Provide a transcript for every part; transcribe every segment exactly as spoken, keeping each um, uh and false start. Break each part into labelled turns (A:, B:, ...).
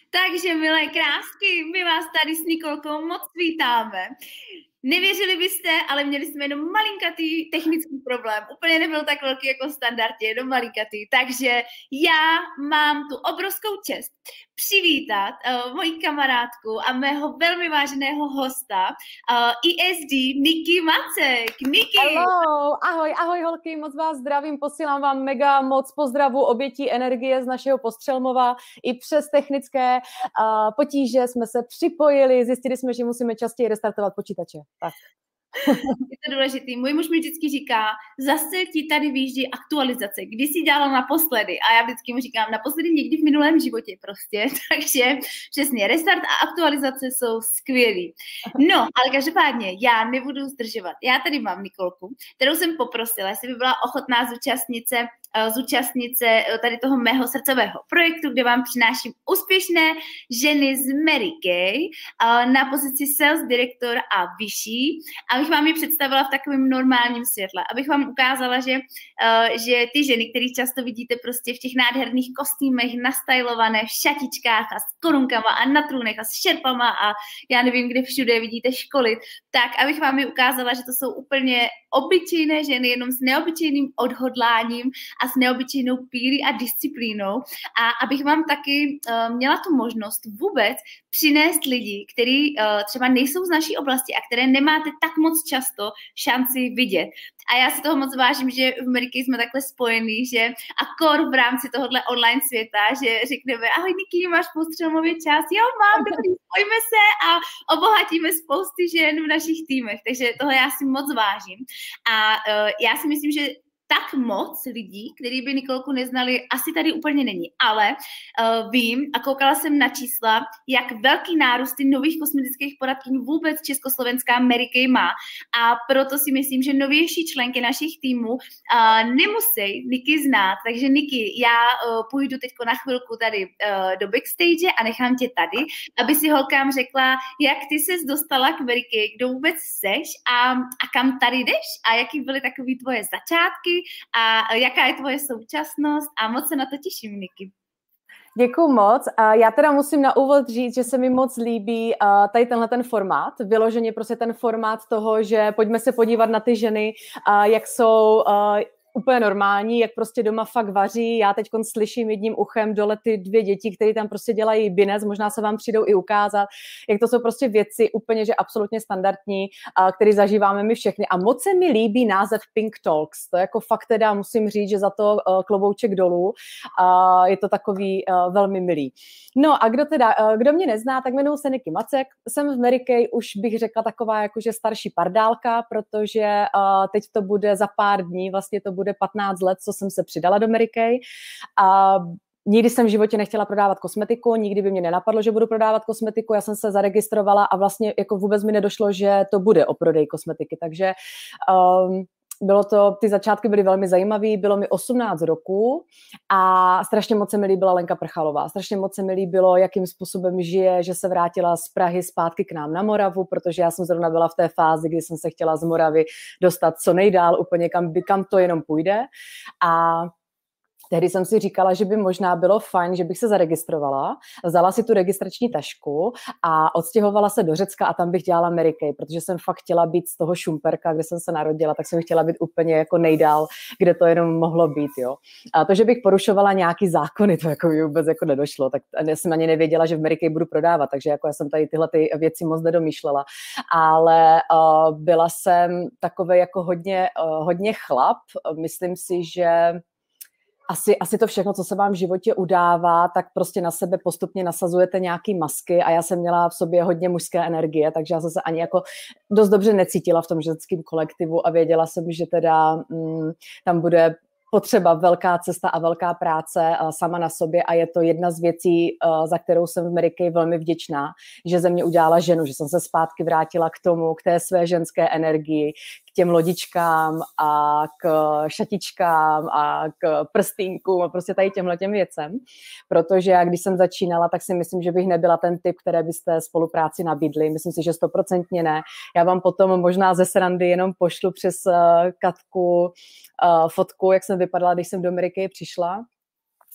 A: Takže, milé krásky, my vás tady s Nikolkou moc vítáme. Nevěřili byste, ale měli jsme jenom malinkatý technický problém. Úplně nebyl tak velký jako standardně, jenom malinkatý. Takže já mám tu obrovskou čest přivítat uh, moji kamarádku a mého velmi váženého hosta, uh, E S D Niky Macek. Niky!
B: Hello, ahoj, ahoj holky, moc vás zdravím, posílám vám mega moc pozdravu obětí energie z našeho Postřelmova. I přes technické uh, potíže jsme se připojili, zjistili jsme, že musíme častěji restartovat počítače. Tak.
A: Je to důležitý. Můj muž mi vždycky říká, zase ti tady vyjíždí aktualizace. Kdy jsi dělala naposledy? A já vždycky mu říkám, naposledy někdy v minulém životě prostě. Takže přesně, restart a aktualizace jsou skvělý. No, ale každopádně, já nebudu zdržovat. Já tady mám Nikolku, kterou jsem poprosila, jestli by byla ochotná zúčastnit se zúčastnit se tady toho mého srdcového projektu, kde vám přináším úspěšné ženy z Mary Kay na pozici sales director a vyšší, abych vám ji představila v takovém normálním světle, abych vám ukázala, že, že ty ženy, které často vidíte prostě v těch nádherných kostýmech, nastylované v šatičkách a s korunkama a na trůnech a s šerpama a já nevím, kde všude vidíte školy, tak abych vám ji ukázala, že to jsou úplně obyčejné ženy, jenom s neobyčejným odhodláním a s neobyčejnou pílí a disciplínou a abych vám taky uh, měla tu možnost vůbec přinést lidi, kteří uh, třeba nejsou z naší oblasti a které nemáte tak moc často šanci vidět. A já si toho moc vážím, že v Americe jsme takhle spojení, že a kor v rámci tohohle online světa, že řekneme, ahoj Niky, máš Postřelmově čas? Jo, mám, dobrý, spojíme se a obohatíme spousty žen v našich týmech, takže toho já si moc vážím. A uh, já si myslím, že tak moc lidí, kteří by Nikolku neznali, asi tady úplně není. Ale uh, vím a koukala jsem na čísla, jak velký nárůsty nových kosmetických poradkyň vůbec československá Mary Kay má. A proto si myslím, že novější členky našich týmů uh, nemusí Niky znát. Takže Niky, já uh, půjdu teď na chvilku tady uh, do backstage a nechám tě tady, aby si holkám řekla, jak ty ses dostala k Mary Kay, kdo vůbec seš a, a kam tady jdeš a jaký byly takové tvoje začátky a jaká je tvoje současnost a moc se na to těším, Niky.
B: Děkuju moc. Já teda musím na úvod říct, že se mi moc líbí tady tenhle ten formát, vyloženě prostě ten formát toho, že pojďme se podívat na ty ženy, jak jsou úplně normální, jak prostě doma fakt vaří. Já teď slyším jedním uchem dole ty dvě děti, které tam prostě dělají binec, možná se vám přijdou i ukázat, jak to jsou prostě věci úplně, že absolutně standardní, které zažíváme my všechny. A moc se mi líbí název Pink Talks. To jako fakt teda musím říct, že za to klobouček dolů. Je to takový velmi milý. No a kdo teda, kdo mě nezná, tak jmenuji se Niky Macek. Jsem v Mary Kay, už bych řekla taková jakože starší pardálka, protože teď to bude za pár dní, vlastně to bude patnáct let, co jsem se přidala do Mary Kay. A nikdy jsem v životě nechtěla prodávat kosmetiku, nikdy by mě nenapadlo, že budu prodávat kosmetiku. Já jsem se zaregistrovala a vlastně jako vůbec mi nedošlo, že to bude o prodeji kosmetiky. Takže um, bylo to, ty začátky byly velmi zajímavé, bylo mi osmnáct roků a strašně moc se mi líbila Lenka Prchalová. Strašně moc se mi líbilo, jakým způsobem žije, že se vrátila z Prahy zpátky k nám na Moravu, protože já jsem zrovna byla v té fázi, kdy jsem se chtěla z Moravy dostat co nejdál, úplně kam, kam to jenom půjde. A tehdy jsem si říkala, že by možná bylo fajn, že bych se zaregistrovala, vzala si tu registrační tašku a odstěhovala se do Řecka a tam bych dělala Mary Kay, protože jsem fakt chtěla být z toho Šumperka, kde jsem se narodila, tak jsem chtěla být úplně jako nejdál, kde to jenom mohlo být, jo. A to, že bych porušovala nějaký zákony, to jako vůbec jako nedošlo, tak já jsem ani nevěděla, že v Mary Kay budu prodávat, takže jako já jsem tady tyhle ty věci moc nedomýšlela, ale uh, byla jsem takovej jako hodně, uh, hodně chlap, myslím si, že Asi, asi to všechno, co se vám v životě udává, tak prostě na sebe postupně nasazujete nějaký masky a já jsem měla v sobě hodně mužské energie, takže já jsem se ani jako dost dobře necítila v tom ženském kolektivu a věděla jsem, že teda mm, tam bude potřeba velká cesta a velká práce uh, sama na sobě a je to jedna z věcí, uh, za kterou jsem v Mary Kay velmi vděčná, že ze mě udělala ženu, že jsem se zpátky vrátila k tomu, k té své ženské energii, k těm lodičkám a k šatičkám a k prstýnkům a prostě tady těmhle těm věcem, protože já, když jsem začínala, tak si myslím, že bych nebyla ten typ, které byste spolupráci nabídli, myslím si, že stoprocentně ne. Já vám potom možná ze srandy jenom pošlu přes uh, Katku uh, fotku, jak jsem vypadala, když jsem do Mary Kay přišla.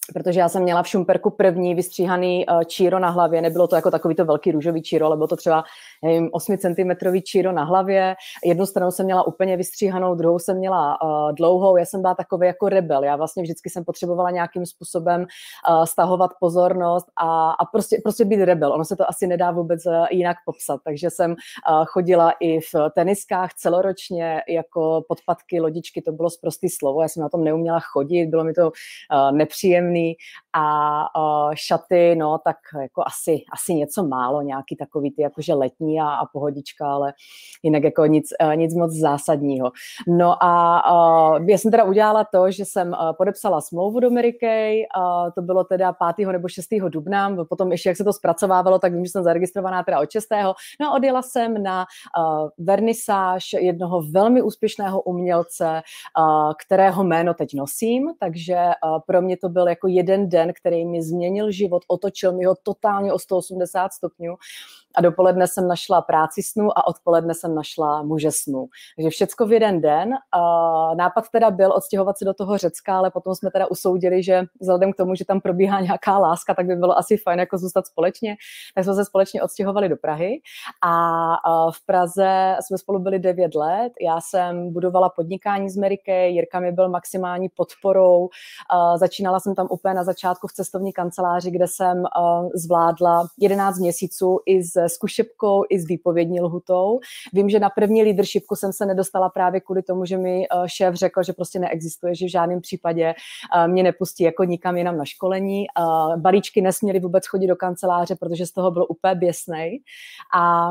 B: protože já jsem měla v Šumperku první vystříhaný uh, číro na hlavě, nebylo to jako takový to velký růžový číro, ale bylo to třeba, nevím, osm centimetrů číro na hlavě, jednu stranu jsem měla úplně vystříhanou, druhou jsem měla uh, dlouhou, já jsem byla takový jako rebel, já vlastně vždycky jsem potřebovala nějakým způsobem uh, stahovat pozornost a, a prostě, prostě být rebel, ono se to asi nedá vůbec uh, jinak popsat, takže jsem uh, chodila i v teniskách celoročně, jako podpatky, lodičky, to bylo sprostý slovo, já jsem na tom neuměla chodit, bylo mi to uh, nepříjemné, a uh, šaty, no tak jako asi, asi něco málo, nějaký takový ty jakože letní a, a pohodička, ale jinak jako nic, uh, nic moc zásadního. No a uh, já jsem teda udělala to, že jsem uh, podepsala smlouvu do Mary Kay, uh, to bylo teda pátého nebo šestého dubna, potom ještě jak se to zpracovávalo, tak vím, že jsem zaregistrovaná teda od šestého No a odjela jsem na uh, vernisáž jednoho velmi úspěšného umělce, uh, kterého jméno teď nosím, takže uh, pro mě to byl jako jeden den, který mi změnil život, otočil mi ho totálně o sto osmdesát stupňů. A dopoledne jsem našla práci snů a odpoledne jsem našla muže snů. Takže všecko v jeden den. Uh, nápad teda byl odstěhovat se do toho Řecka, ale potom jsme teda usoudili, že vzhledem k tomu, že tam probíhá nějaká láska, tak by bylo asi fajn jako zůstat společně. Tak jsme se společně odstěhovali do Prahy a uh, v Praze jsme spolu byli devět let. Já jsem budovala podnikání z Mary Kay, Jirka mi byl maximální podporou. Uh, začínala jsem tam úplně na začátku v cestovní kanceláři, kde jsem uh, zvládla jedenáct měsíců i s zkušebkou, i s výpovědní lhutou. Vím, že na první leadershipku jsem se nedostala právě kvůli tomu, že mi uh, šéf řekl, že prostě neexistuje, že v žádném případě uh, mě nepustí jako nikam jinam na školení. Uh, balíčky nesměly vůbec chodit do kanceláře, protože z toho byl úplně běsnej. A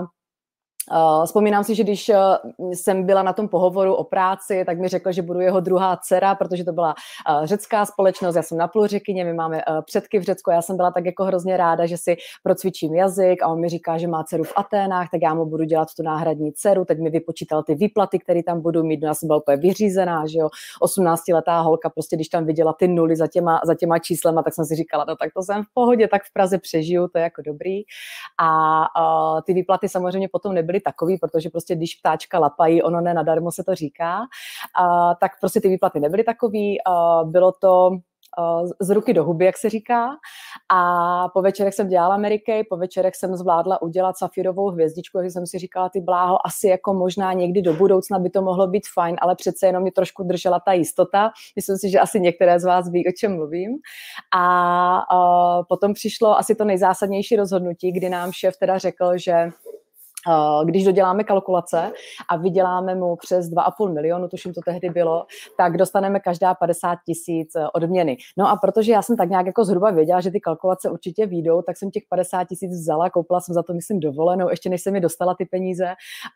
B: Uh, vzpomínám si, že když uh, jsem byla na tom pohovoru o práci, tak mi řekl, že budu jeho druhá dcera, protože to byla uh, řecká společnost, já jsem napůl Řekyně, my máme uh, předky v Řecku, já jsem byla tak jako hrozně ráda, že si procvičím jazyk a on mi říká, že má dceru v Aténách, tak já mu budu dělat tu náhradní dceru, teď mi vypočítal ty výplaty, které tam budu mít, no já jsem byla úplně vyřízená, že jo, osmnáctiletá holka, prostě když tam viděla ty nuly za těma, za těma číslema, tak jsem si říkala, no tak to jsem v pohodě, tak v Praze přežiju, to je jako dobrý. A uh, ty výplaty samozřejmě potom nebyly byly takový, protože prostě když ptáčka lapají, ono ne nadarmo se to říká, uh, tak prostě ty výplaty nebyly takový, uh, bylo to uh, z ruky do huby, jak se říká, a po večerech jsem dělala Mary Kay, po večerech jsem zvládla udělat safírovou hvězdičku, takže jsem si říkala, ty bláho, asi jako možná někdy do budoucna by to mohlo být fajn, ale přece jenom mě trošku držela ta jistota, myslím si, že asi některé z vás ví, o čem mluvím. A uh, potom přišlo asi to nejzásadnější rozhodnutí, kdy nám šéf teda řekl, že když doděláme kalkulace a vyděláme mu přes dva a půl milionu, tuším to tehdy bylo, tak dostaneme každá padesát tisíc odměny. No a protože já jsem tak nějak jako zhruba věděla, že ty kalkulace určitě vyjdou, tak jsem těch padesát tisíc vzala, koupila jsem za to, myslím, dovolenou, ještě než jsem mi dostala ty peníze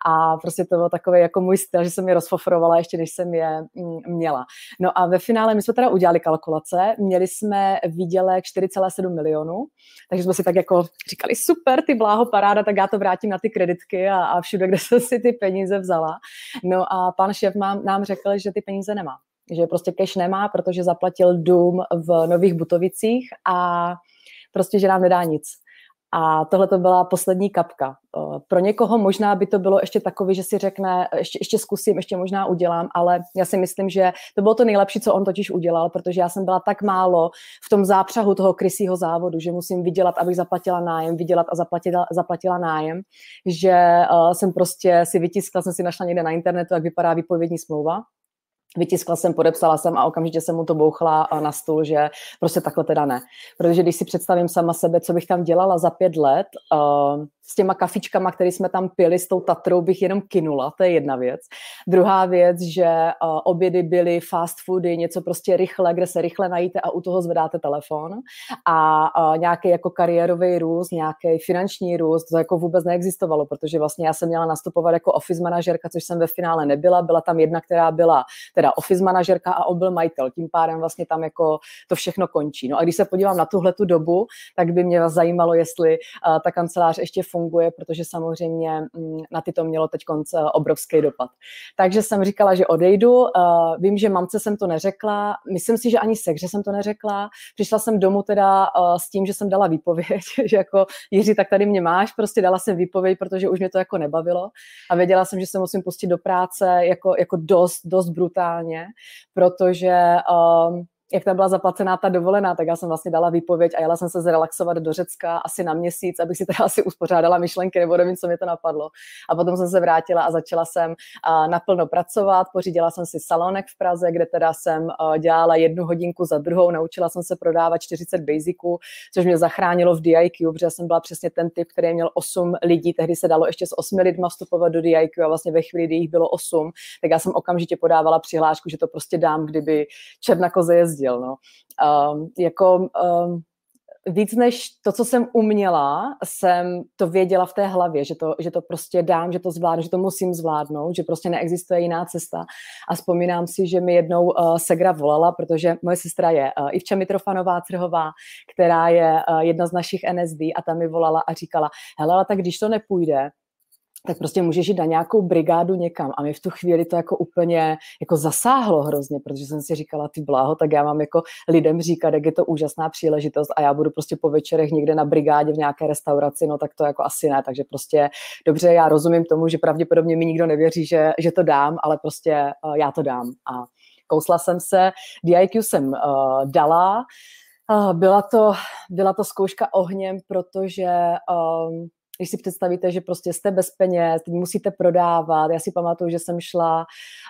B: a prostě to byl takový jako můj styl, že jsem je rozfofrovala, ještě než jsem je měla. No a ve finále my jsme teda udělali kalkulace, měli jsme výdělek čtyři celé sedm milionů, takže jsme si tak jako říkali, super, ty bláho, paráda, tak já to vrátím na ty kredity A, a všude, kde jsem si ty peníze vzala. No a pan šéf nám, nám řekl, že ty peníze nemá. Že prostě cash nemá, protože zaplatil dům v Nových Butovicích a prostě, že nám nedá nic. A tohle to byla poslední kapka. Pro někoho možná by to bylo ještě takový, že si řekne, ještě, ještě zkusím, ještě možná udělám, ale já si myslím, že to bylo to nejlepší, co on totiž udělal, protože já jsem byla tak málo v tom zápřahu toho krysího závodu, že musím vydělat, abych zaplatila nájem, vydělat a zaplatila, zaplatila nájem, že uh, jsem prostě si vytiskla, jsem si našla někde na internetu, jak vypadá výpovědní smlouva. Vytiskla jsem, podepsala jsem a okamžitě jsem mu to bouchla na stůl, že prostě takhle teda ne. Protože když si představím sama sebe, co bych tam dělala za pět let, uh, s těma kafičkama, které jsme tam pili, s tou Tatrou bych jenom kinula, to je jedna věc. Druhá věc, že uh, obědy byly fast foody, něco prostě rychle, kde se rychle najíte a u toho zvedáte telefon. A uh, nějaký jako kariérový růst, nějaký finanční růst, to jako vůbec neexistovalo, protože vlastně já jsem měla nastupovat jako office manažerka, což jsem ve finále nebyla. Byla tam jedna, která byla teda office manažerka a on byl majitel. Tím pádem vlastně tam jako to všechno končí. No a když se podívám na tuhletu dobu, tak by mě zajímalo, jestli uh, ta kancelář ještě funguje, protože samozřejmě mm, na ty to mělo teď konce obrovský dopad. Takže jsem říkala, že odejdu. Uh, vím, že mamce jsem to neřekla. Myslím si, že ani sekře jsem to neřekla. Přišla jsem domů teda uh, s tím, že jsem dala výpověď, že jako Jiří, tak tady mě máš. Prostě dala jsem výpověď, protože už mě to jako nebavilo. A věděla jsem, že se musím pustit do práce jako, jako dost, dost brutálně, protože uh, jak tam byla zaplacená ta dovolená, tak já jsem vlastně dala výpověď a jela jsem se zrelaxovat do Řecka asi na měsíc, abych si teda asi uspořádala myšlenky, nebo nevím, co mě to napadlo. A potom jsem se vrátila a začala jsem uh, naplno pracovat, pořídila jsem si salonek v Praze, kde teda jsem uh, dělala jednu hodinku za druhou, naučila jsem se prodávat čtyřicet basiců, což mě zachránilo v D I Q, protože jsem byla přesně ten typ, který měl osm lidí, tehdy se dalo ještě s osmi lidma vstupovat do D I Q a vlastně ve chvíli, kdy jich bylo osm, tak já jsem okamžitě podávala přihlášku, že to prostě dám, kdyby čert na koze jezdil. No. Um, jako um, víc než to, co jsem uměla, jsem to věděla v té hlavě, že to, že to prostě dám, že to zvládnu, že to musím zvládnout, že prostě neexistuje jiná cesta. A vzpomínám si, že mi jednou uh, Segra volala, protože moje sestra je uh, Ivča Mitrofanová-Crhová, která je uh, jedna z našich N S D a ta mi volala a říkala, hele, ale tak když to nepůjde, tak prostě můžeš jít na nějakou brigádu někam. A mě v tu chvíli to jako úplně jako zasáhlo hrozně, protože jsem si říkala, ty bláho, tak já mám jako lidem říkat, jak je to úžasná příležitost a já budu prostě po večerech někde na brigádě v nějaké restauraci, no tak to jako asi ne. Takže prostě dobře, já rozumím tomu, že pravděpodobně mi nikdo nevěří, že, že to dám, ale prostě uh, já to dám. A kousla jsem se, D I Q jsem uh, dala, uh, byla to, byla to zkouška ohněm, protože um, když si představíte, že prostě jste bez peněz, teď musíte prodávat. Já si pamatuju, že jsem šla,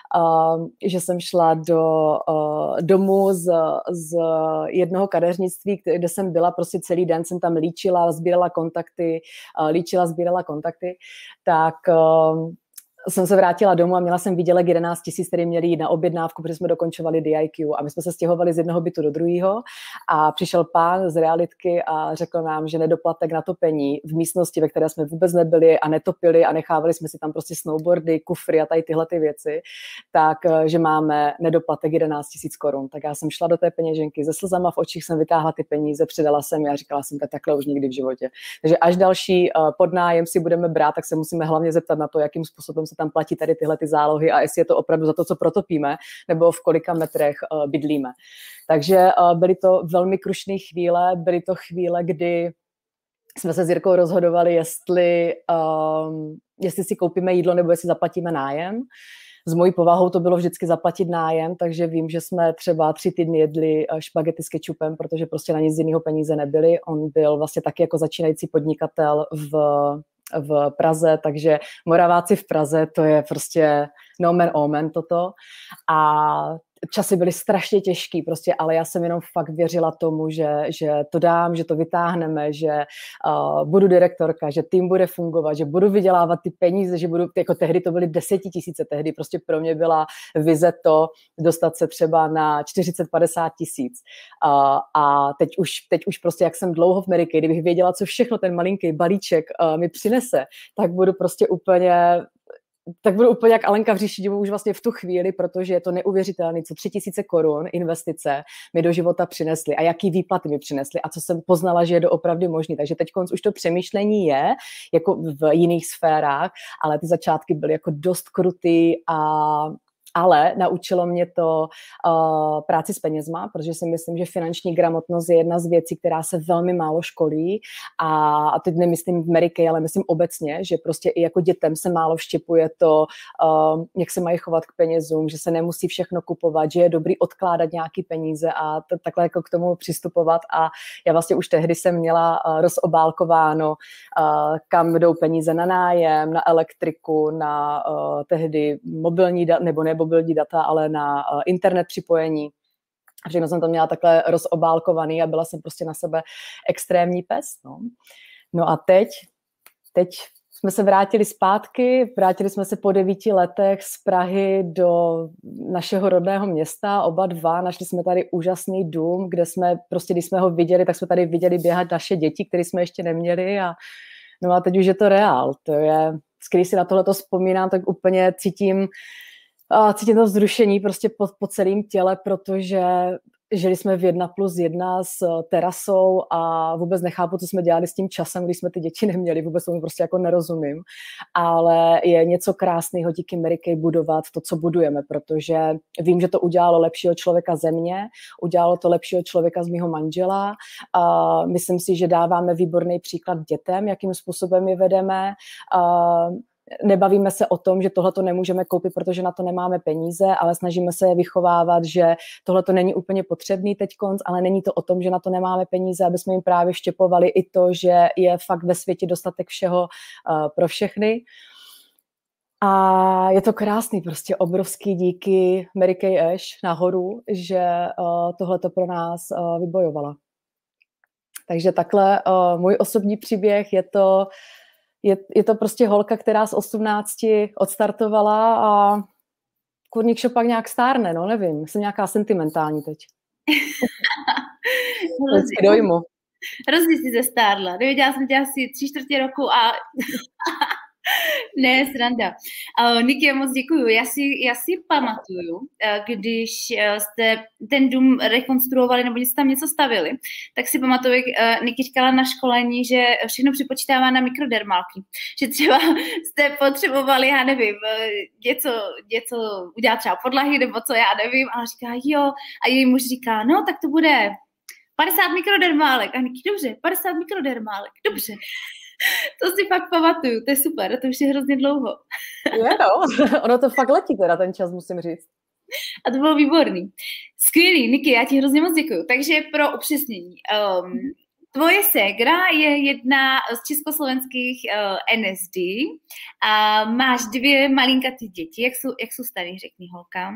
B: uh, že jsem šla do uh, domu z, z jednoho kadeřnictví, kde jsem byla prostě celý den, jsem tam líčila, sbírala kontakty, uh, líčila, sbírala kontakty, tak uh, jsem se vrátila domů a měla jsem výdělek jedenáct tisíc, který měli jít na objednávku, protože jsme dokončovali D I Q a my jsme se stěhovali z jednoho bytu do druhého a přišel pán z realitky a řekl nám, že nedoplatek na topení v místnosti, ve které jsme vůbec nebyli a netopili a nechávali jsme si tam prostě snowboardy, kufry a tady tyhle ty věci, tak že máme nedoplatek jedenáct tisíc korun. Tak já jsem šla do té peněženky, se slzama v očích jsem vytáhla ty peníze, přidala jsem je a říkala jsem, tak takhle už nikdy v životě. Takže až další podnájem si budeme brát, tak se musíme hlavně zeptat na to, jakým způsobem se tam platí tady tyhle ty zálohy a jestli je to opravdu za to, co protopíme, nebo v kolika metrech uh, bydlíme. Takže uh, byly to velmi krušné chvíle, byly to chvíle, kdy jsme se s Jirkou rozhodovali, jestli, um, jestli si koupíme jídlo, nebo jestli zaplatíme nájem. S mojí povahou to bylo vždycky zaplatit nájem, takže vím, že jsme třeba tři týdny jedli špagety s kečupem, protože prostě na nic jiného peníze nebyly. On byl vlastně taky jako začínající podnikatel v v Praze, takže Moraváci v Praze, to je prostě no man omen toto. A časy byly strašně těžký, prostě, ale já jsem jenom fakt věřila tomu, že, že to dám, že to vytáhneme, že uh, budu direktorka, že tým bude fungovat, že budu vydělávat ty peníze, že budu, jako tehdy to byly desetitisíce, tehdy prostě pro mě byla vize to dostat se třeba na čtyřicet padesát tisíc. Uh, a teď už, teď už prostě, jak jsem dlouho v Americe, kdybych věděla, co všechno ten malinký balíček uh, mi přinese, tak budu prostě úplně tak budu úplně jak Alenka v říši už vlastně v tu chvíli, protože je to neuvěřitelné, co tři tisíce korun investice mi do života přinesly a jaký výplaty mi přinesly a co jsem poznala, že je doopravdy možný. Takže teď už to přemýšlení je jako v jiných sférách, ale ty začátky byly jako dost krutý a ale naučilo mě to uh, práci s penězma, protože si myslím, že finanční gramotnost je jedna z věcí, která se velmi málo školí a, a teď nemyslím v Americe, ale myslím obecně, že prostě i jako dětem se málo vštěpuje to, uh, jak se mají chovat k penězům, že se nemusí všechno kupovat, že je dobrý odkládat nějaký peníze a to, takhle jako k tomu přistupovat a já vlastně už tehdy jsem měla uh, rozobálkováno, uh, kam jdou peníze na nájem, na elektriku, na uh, tehdy mobilní da- nebo nebo mobilní data, ale na uh, internet připojení. Všechno jsem to měla takhle rozobálkovaný a byla jsem prostě na sebe extrémní pes. No, no a teď, teď jsme se vrátili zpátky, vrátili jsme se po devíti letech z Prahy do našeho rodného města, oba dva, našli jsme tady úžasný dům, kde jsme prostě, když jsme ho viděli, tak jsme tady viděli běhat naše děti, které jsme ještě neměli a no a teď už je to reál. To je, když si na tohleto vzpomínám, tak úplně cítím A cítím to vzrušení prostě po, po celém těle, protože žili jsme v jedna plus jedna s terasou a vůbec nechápu, co jsme dělali s tím časem, když jsme ty děti neměli, vůbec tomu prostě jako nerozumím, ale je něco krásného díky Mary Kay budovat to, co budujeme, protože vím, že to udělalo lepšího člověka ze mě, udělalo to lepšího člověka z mýho manžela a myslím si, že dáváme výborný příklad dětem, jakým způsobem je vedeme. A nebavíme se o tom, že tohle to nemůžeme koupit, protože na to nemáme peníze, ale snažíme se je vychovávat, že tohle to není úplně potřebný teďkonc, ale není to o tom, že na to nemáme peníze, aby jsme jim právě štěpovali i to, že je fakt ve světě dostatek všeho uh, pro všechny. A je to krásný, prostě obrovský díky Mary Kay Ash nahoru, že uh, tohle to pro nás uh, vybojovala. Takže takhle uh, můj osobní příběh je to, je, je to prostě holka, která z osmnácti odstartovala a kurník šopak nějak stárne, no nevím, jsem nějaká sentimentální teď.
A: Dojmu. Hrozně si zestárla. Nevěděla jsem tě asi tři čtvrtě roku a ne, sranda. Uh, Niky, já moc děkuju. Já si, já si pamatuju, uh, když uh, jste ten dům rekonstruovali nebo jste tam něco stavili, tak si pamatuju, jak uh, Niky říkala na školení, že všechno připočítává na mikrodermálky. Že třeba jste potřebovali, já nevím, něco, něco udělat třeba podlahy nebo co, já nevím, ale říká jo. A její muž říká, no tak to bude padesát mikrodermálek. A Niky, dobře, padesát mikrodermálek, dobře. To si fakt pamatuju, to je super, to už je hrozně dlouho.
B: Je no, ono to fakt letí teda ten čas, musím říct.
A: A to bylo výborný. Skvělý, Niky, já ti hrozně moc děkuju. Takže pro upřesnění. Um, tvoje ségra je jedna z československých uh, N S D a máš dvě malinkatý děti. Jak jsou, jak jsou starý, řekni holkám.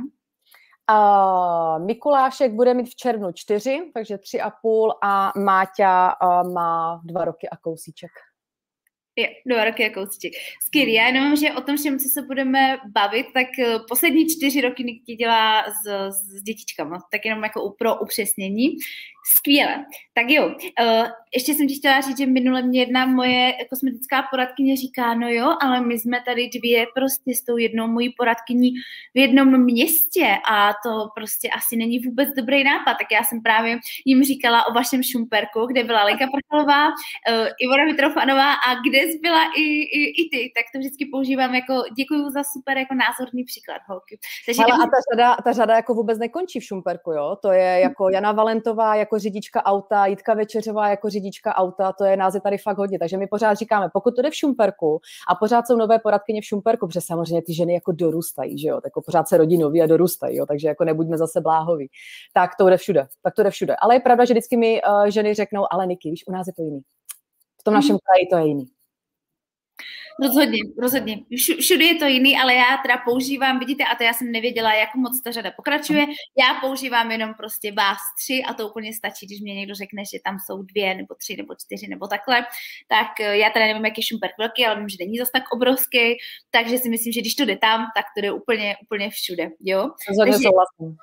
B: Uh, Mikulášek bude mít v červnu čtyři, takže tři a půl a Máťa uh, má dva roky a kousíček.
A: Jo, dva roky a kousíček. Skvělý, já jenom, že o tom všem, co se budeme bavit, tak uh, poslední čtyři roky Niky dělá s, s dětičkama, tak jenom jako pro upřesnění. Skvěle. Tak jo, uh, ještě jsem ti chtěla říct, že minule mě jedna moje kosmetická poradkyně říká, no jo, ale my jsme tady dvě prostě s tou jednou mojí poradkyní v jednom městě a to prostě asi není vůbec dobrý nápad. Tak já jsem právě jim říkala o vašem Šumperku, kde byla Lenka Prchalová, uh, Ivona Mitrofanová a kde byla i, i, i ty, tak to vždycky používám jako děkuju za super jako názorný příklad, holky. Takže
B: ale a ta řada, ta řada jako vůbec nekončí v Šumperku, jo? To je jako Jana Valentová jako řidička auta, Jitka Večeřová jako řidička auta, to je nás je tady fakt hodně, takže my pořád říkáme, pokud to jde v Šumperku a pořád jsou nové poradkyně v Šumperku, protože samozřejmě ty ženy jako dorůstají, že jo, tak jako pořád se rodí noví a dorůstají, jo, takže jako nebuďme zase bláhoví. Tak to jde všude, tak to jde všude. Ale je pravda, že vždycky mi uh, ženy řeknou, ale Niky, víš, u nás je to jiný. V tom našem kraji to je jiný.
A: Rozhodně, rozhodně. Všude je to jiný, ale já teda používám, vidíte, a to já jsem nevěděla, jak moc ta řada pokračuje, já používám jenom prostě vás tři a to úplně stačí, když mě někdo řekne, že tam jsou dvě, nebo tři, nebo čtyři, nebo takhle, tak já teda nevím, jak je Šumperk velký, ale vím, že není zase tak obrovský, takže si myslím, že když to jde tam, tak to jde úplně, úplně všude, jo?
B: Rozhodně souhlasím.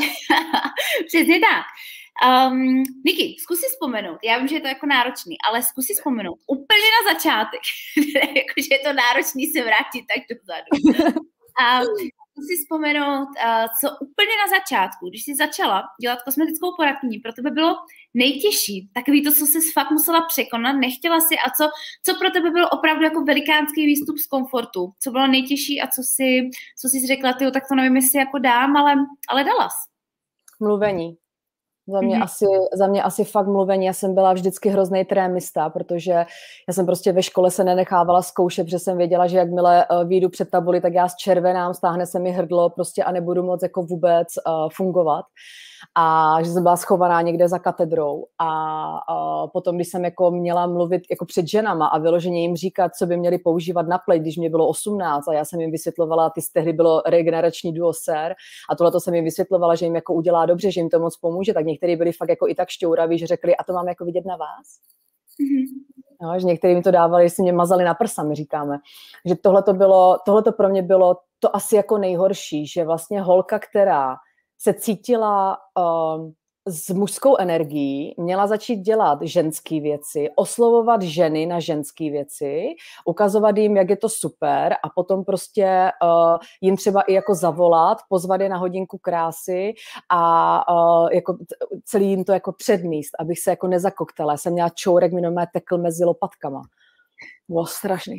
A: Přesně tak. Um, Niky, zkus si vzpomenout, já vím, že je to jako náročný, ale zkus si vzpomenout úplně na začátek, jakože je to náročný se vrátit tak dozadu. A zkus si vzpomenout, uh, co úplně na začátku, když jsi začala dělat kosmetickou poradkyni, pro tebe bylo nejtěžší, takový to, co jsi fakt musela překonat, nechtěla si a co, co pro tebe bylo opravdu jako velikánský výstup z komfortu, co bylo nejtěžší a co jsi, co jsi řekla, tyjo, tak to nevím, jestli jako dám, ale, ale dala jsi.
B: Mluvení. Za mě, mm-hmm. asi, za mě asi fakt mluvení. Já jsem byla vždycky hrozný trémista, protože já jsem prostě ve škole se nenechávala zkoušet, protože jsem věděla, že jakmile uh, vyjdu před tabuli, tak já zčervenám, stáhne se mi hrdlo prostě a nebudu moc jako vůbec uh, fungovat. A že jsem byla schovaná někde za katedrou a uh, potom, když jsem jako měla mluvit jako před ženama a vyloženě jim říkat, co by měli používat na pleť, když mě bylo osmnáct a já jsem jim vysvětlovala, ty tehdy bylo regenerační duo sér a tohle jsem jim vysvětlovala, že jim jako udělá dobře, že jim to moc pomůže, tak někteří byli fakt jako i tak šťouraví, že řekli, a to mám jako vidět na vás? Mm-hmm. No, že někteří mi to dávali, jestli mě mazali na prsa, my říkáme. Že tohle to bylo, tohle to pro mě bylo to asi jako nejhorší, že vlastně holka, která se cítila um, s mužskou energií, měla začít dělat ženské věci, oslovovat ženy na ženské věci, ukazovat jim, jak je to super a potom prostě uh, jim třeba i jako zavolat, pozvat je na hodinku krásy a uh, jako celý jim to jako předmíst, abych se jako nezakoktala. Já jsem měla čourek, mi normálně tekl mezi lopatkama. Bylo strašný.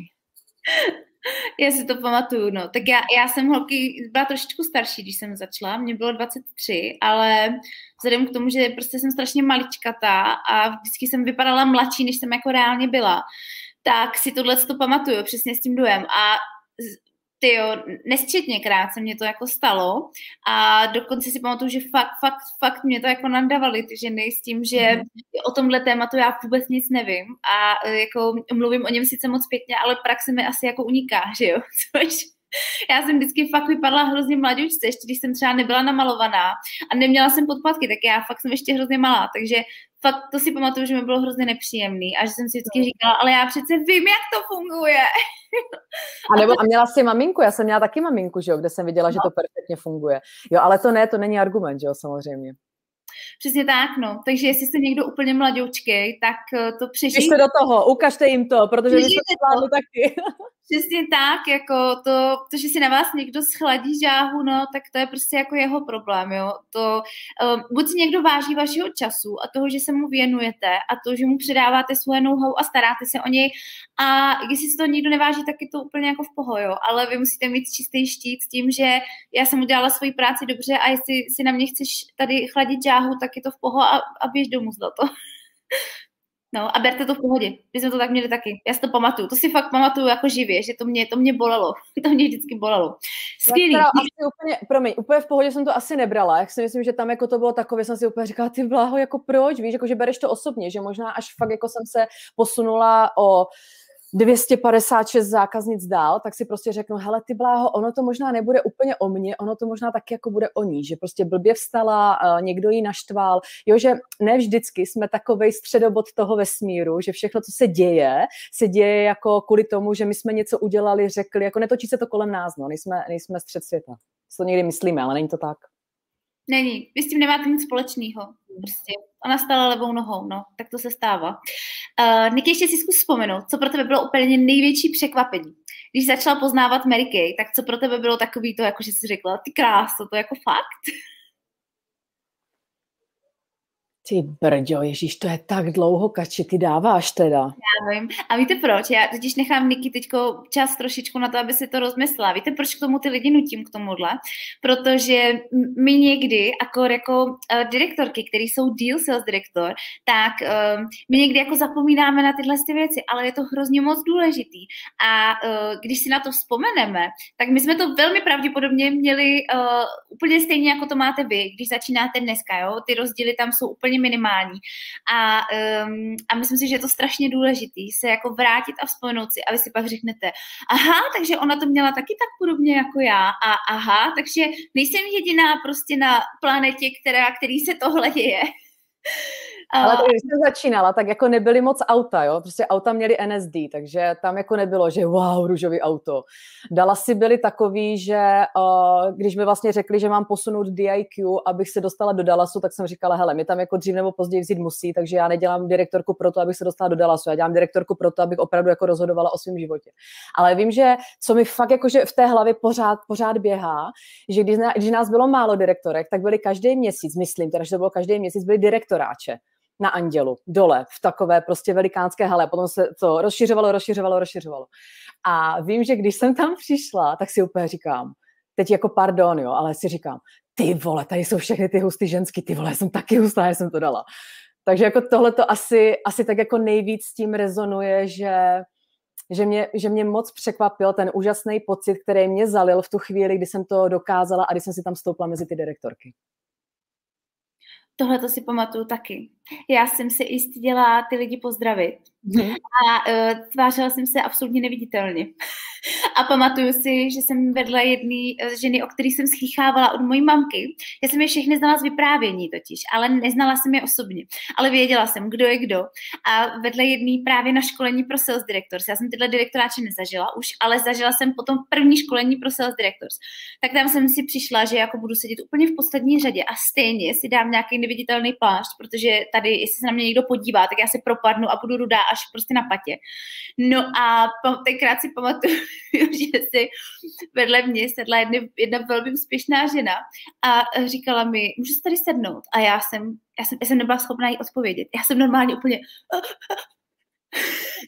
A: Já si to pamatuju, no. Tak já, já jsem holky, byla trošičku starší, když jsem začala, mě bylo dvacet tři, ale vzhledem k tomu, že prostě jsem strašně maličkatá a vždycky jsem vypadala mladší, než jsem jako reálně byla, tak si tohle to pamatuju, přesně s tím dojem. A tyjo, nesčetněkrát se mě to jako stalo a dokonce si pamatuju, že fakt, fakt, fakt mě to jako nadávali ty ženy s tím, že mm. o tomhle tématu já vůbec nic nevím a jako mluvím o něm sice moc pěkně, ale praxe mi asi jako uniká, že jo, což já jsem vždycky fakt vypadala hrozně mladoučce, ještě když jsem třeba nebyla namalovaná a neměla jsem podpatky, tak já fakt jsem ještě hrozně malá, takže fakt to si pamatuju, že mi bylo hrozně nepříjemný a že jsem si vždycky říkala, ale já přece vím, jak to funguje.
B: A nebo a měla jsi maminku, já jsem měla taky maminku, že jo, kde jsem viděla, no. že to perfektně funguje. Jo, ale to ne, to není argument, že jo, samozřejmě.
A: Přesně tak, no. Takže jestli jste někdo úplně mladoučkej, tak to přežijte.
B: Běžte do toho, ukažte jim to, protože my jsme to zvládli taky.
A: Přesně tak, jako to, to, že si na vás někdo schladí žáhu, no, tak to je prostě jako jeho problém, jo. To, um, buď si někdo váží vašeho času a toho, že se mu věnujete a to, že mu předáváte svoje know-how a staráte se o něj a když si to nikdo neváží, tak je to úplně jako v poho, jo. Ale vy musíte mít čistý štít s tím, že já jsem udělala svoji práci dobře a jestli si na mě chceš tady chladit žáhu, tak je to v poho a, a běž domů za to. No a berte to v pohodě. My jsme to tak měli taky. Já si to pamatuju. To si fakt pamatuju jako živě, že to mě, to mě bolelo. To mě vždycky bolelo. Skvělý.
B: Asi úplně, promiň, úplně v pohodě jsem to asi nebrala. Jak si myslím, že tam jako to bylo takové, jsem si úplně říkala, ty bláho, jako proč? Víš, jako že bereš to osobně, že možná až fakt jako jsem se posunula o dvě stě padesát šest zákaznic dál, tak si prostě řeknu, hele, ty bláho, ono to možná nebude úplně o mně, ono to možná taky jako bude o ní, že prostě blbě vstala, někdo jí naštval, jo, že ne vždycky jsme takovej středobod toho vesmíru, že všechno, co se děje, se děje jako kvůli tomu, že my jsme něco udělali, řekli, jako netočí se to kolem nás, no, nejsme, nejsme střed světa. To někdy myslíme, ale není to tak.
A: Není, vy s tím nemáte nic společného. Prostě ona stala levou nohou, no, tak to se stává. Uh, Niky, ještě si zkus vzpomenout, co pro tebe bylo úplně největší překvapení. Když začala poznávat Mary Kay, tak co pro tebe bylo takový to, jako že jsi řekla, ty kráso, to je jako fakt?
B: Ty brďo, ježíš, to je tak dlouho, Kači, ty dáváš teda.
A: Já vím. A víte proč? Já totiž nechám Niky teďko čas trošičku na to, aby si to rozmyslela. Víte, proč k tomu ty lidi nutím k tomuhle? Protože my někdy, jako, jako uh, direktorky, které jsou deal sales direktor, tak uh, my někdy jako zapomínáme na tyhle ty věci, ale je to hrozně moc důležitý. A uh, když si na to vzpomeneme, tak my jsme to velmi pravděpodobně měli uh, úplně stejně, jako to máte vy, když začínáte dneska, jo? Ty rozdíly tam jsou úplně minimální. A, um, a myslím si, že je to strašně důležitý se jako vrátit a vzpomenout si a vy si pak řeknete, aha, takže ona to měla taky tak podobně jako já a aha, takže nejsem jediná prostě na planetě, která, který se tohle děje.
B: Ale když jsem začínala, tak jako nebyly moc auta, jo, prostě auta měly N S D, takže tam jako nebylo, že wow, růžový auto. Dallasy byly takový, že uh, když mi vlastně řekli, že mám posunout D I Q, abych se dostala do Dallasu, tak jsem říkala, hele, mě tam jako dřív nebo později vzít musí, takže já nedělám direktorku proto, abych se dostala do Dallasu, já dělám direktorku proto, abych opravdu jako rozhodovala o svém životě. Ale vím, že co mi fakt jakože v té hlavě pořád, pořád běhá, že když, když nás bylo málo direktorek, tak byli každý měsíc, myslím, teda, že to bylo každý měsíc, byli direktoráče na Andělu, dole, v takové prostě velikánské hale. Potom se to rozšiřovalo, rozšiřovalo, rozšiřovalo. A vím, že když jsem tam přišla, tak si úplně říkám, teď jako pardon, jo, ale si říkám, ty vole, tady jsou všechny ty hustý ženský, ty vole, já jsem taky hustá, já jsem to dala. Takže jako tohle to asi, asi tak jako nejvíc s tím rezonuje, že, že, mě, že mě moc překvapil ten úžasný pocit, který mě zalil v tu chvíli, kdy jsem to dokázala a kdy jsem si tam stoupla mezi ty direktorky.
A: Tohle to si pamatuju taky. Já jsem se i styděla ty lidi pozdravit. Mm. A uh, tvářila jsem se absolutně neviditelně. A pamatuju si, že jsem vedla jedné uh, ženy, o kterých jsem schychávala od mojí mamky. Já jsem je všechny znala z vyprávění totiž, ale neznala jsem je osobně. Ale věděla jsem, kdo je kdo. A vedla jedný právě na školení pro sales directors. Já jsem tyhle direktoráče nezažila už, ale zažila jsem potom první školení pro sales directors. Tak tam jsem si přišla, že jako budu sedět úplně v poslední řadě a stejně si dám nějaký neviditelný plášť, protože tady, jestli se na mě někdo podívá, tak já se propadnu a budu rudá až prostě na patě. No a tenkrát si pamatuju, že si vedle mě sedla jedna, jedna velmi úspěšná žena a říkala mi, můžu se tady sednout? A já jsem, já jsem, já jsem nebyla schopná jí odpovědět. Já jsem normálně úplně... To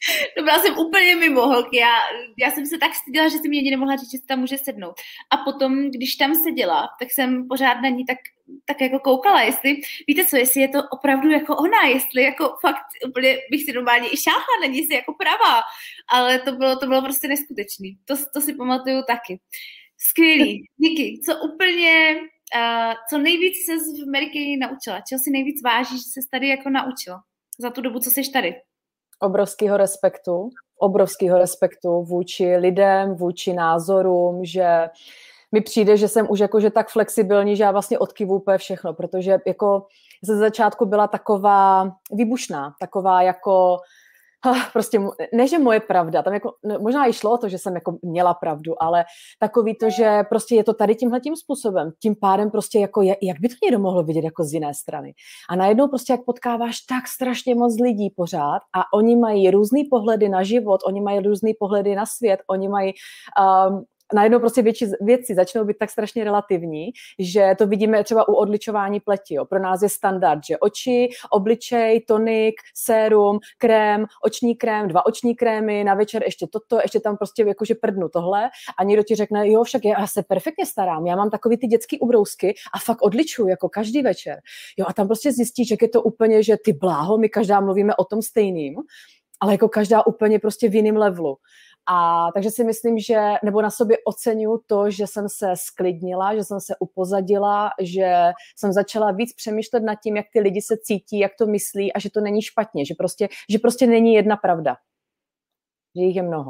A: byla jsem úplně mimo, holky. Já, já jsem se tak styděla, že jsem mě ani nemohla říct, že se tam může sednout. A potom, když tam seděla, tak jsem pořád na ní tak, tak jako koukala, jestli, víte co, jestli je to opravdu jako ona, jestli jako fakt úplně bych si normálně i šáhla na ní, jestli jako pravá. Ale to bylo, to bylo prostě neskutečný. To, to si pamatuju taky. Skvělý. Díky. Co úplně, uh, co nejvíc ses v Mary naučila? Čeho si nejvíc vážíš, že ses tady jako naučila za tu dobu, co jsi tady?
B: Obrovského respektu. Obrovského respektu vůči lidem, vůči názorům, že mi přijde, že jsem už jakože tak flexibilní, že já vlastně odkyvu úplně všechno, protože jako ze začátku byla taková výbušná, taková jako prostě, ne, že moje pravda, tam jako, možná i šlo o to, že jsem jako měla pravdu, ale takový to, že prostě je to tady tímhletím způsobem, tím pádem prostě jako, je, jak by to někdo mohlo vidět jako z jiné strany. A najednou prostě jak potkáváš tak strašně moc lidí pořád a oni mají různý pohledy na život, oni mají různý pohledy na svět, oni mají um, najednou prostě větší věci začnou být tak strašně relativní, že to vidíme třeba u odličování pleti. Jo. Pro nás je standard, že oči, obličej, tonik, sérum, krém, oční krém, dva oční krémy, na večer ještě toto, ještě tam prostě jakože prdnu tohle a někdo ti řekne, jo, však já se perfektně starám, já mám takový ty dětský ubrousky a fakt odličuju jako každý večer. Jo, a tam prostě zjistíš, že je to úplně, že ty bláho, my každá mluvíme o tom stejným, ale jako každá úplně prostě v jiném levelu. A takže si myslím, že, nebo na sobě oceňuji to, že jsem se sklidnila, že jsem se upozadila, že jsem začala víc přemýšlet nad tím, jak ty lidi se cítí, jak to myslí a že to není špatně, že prostě, že prostě není jedna pravda. Že jich je mnoho.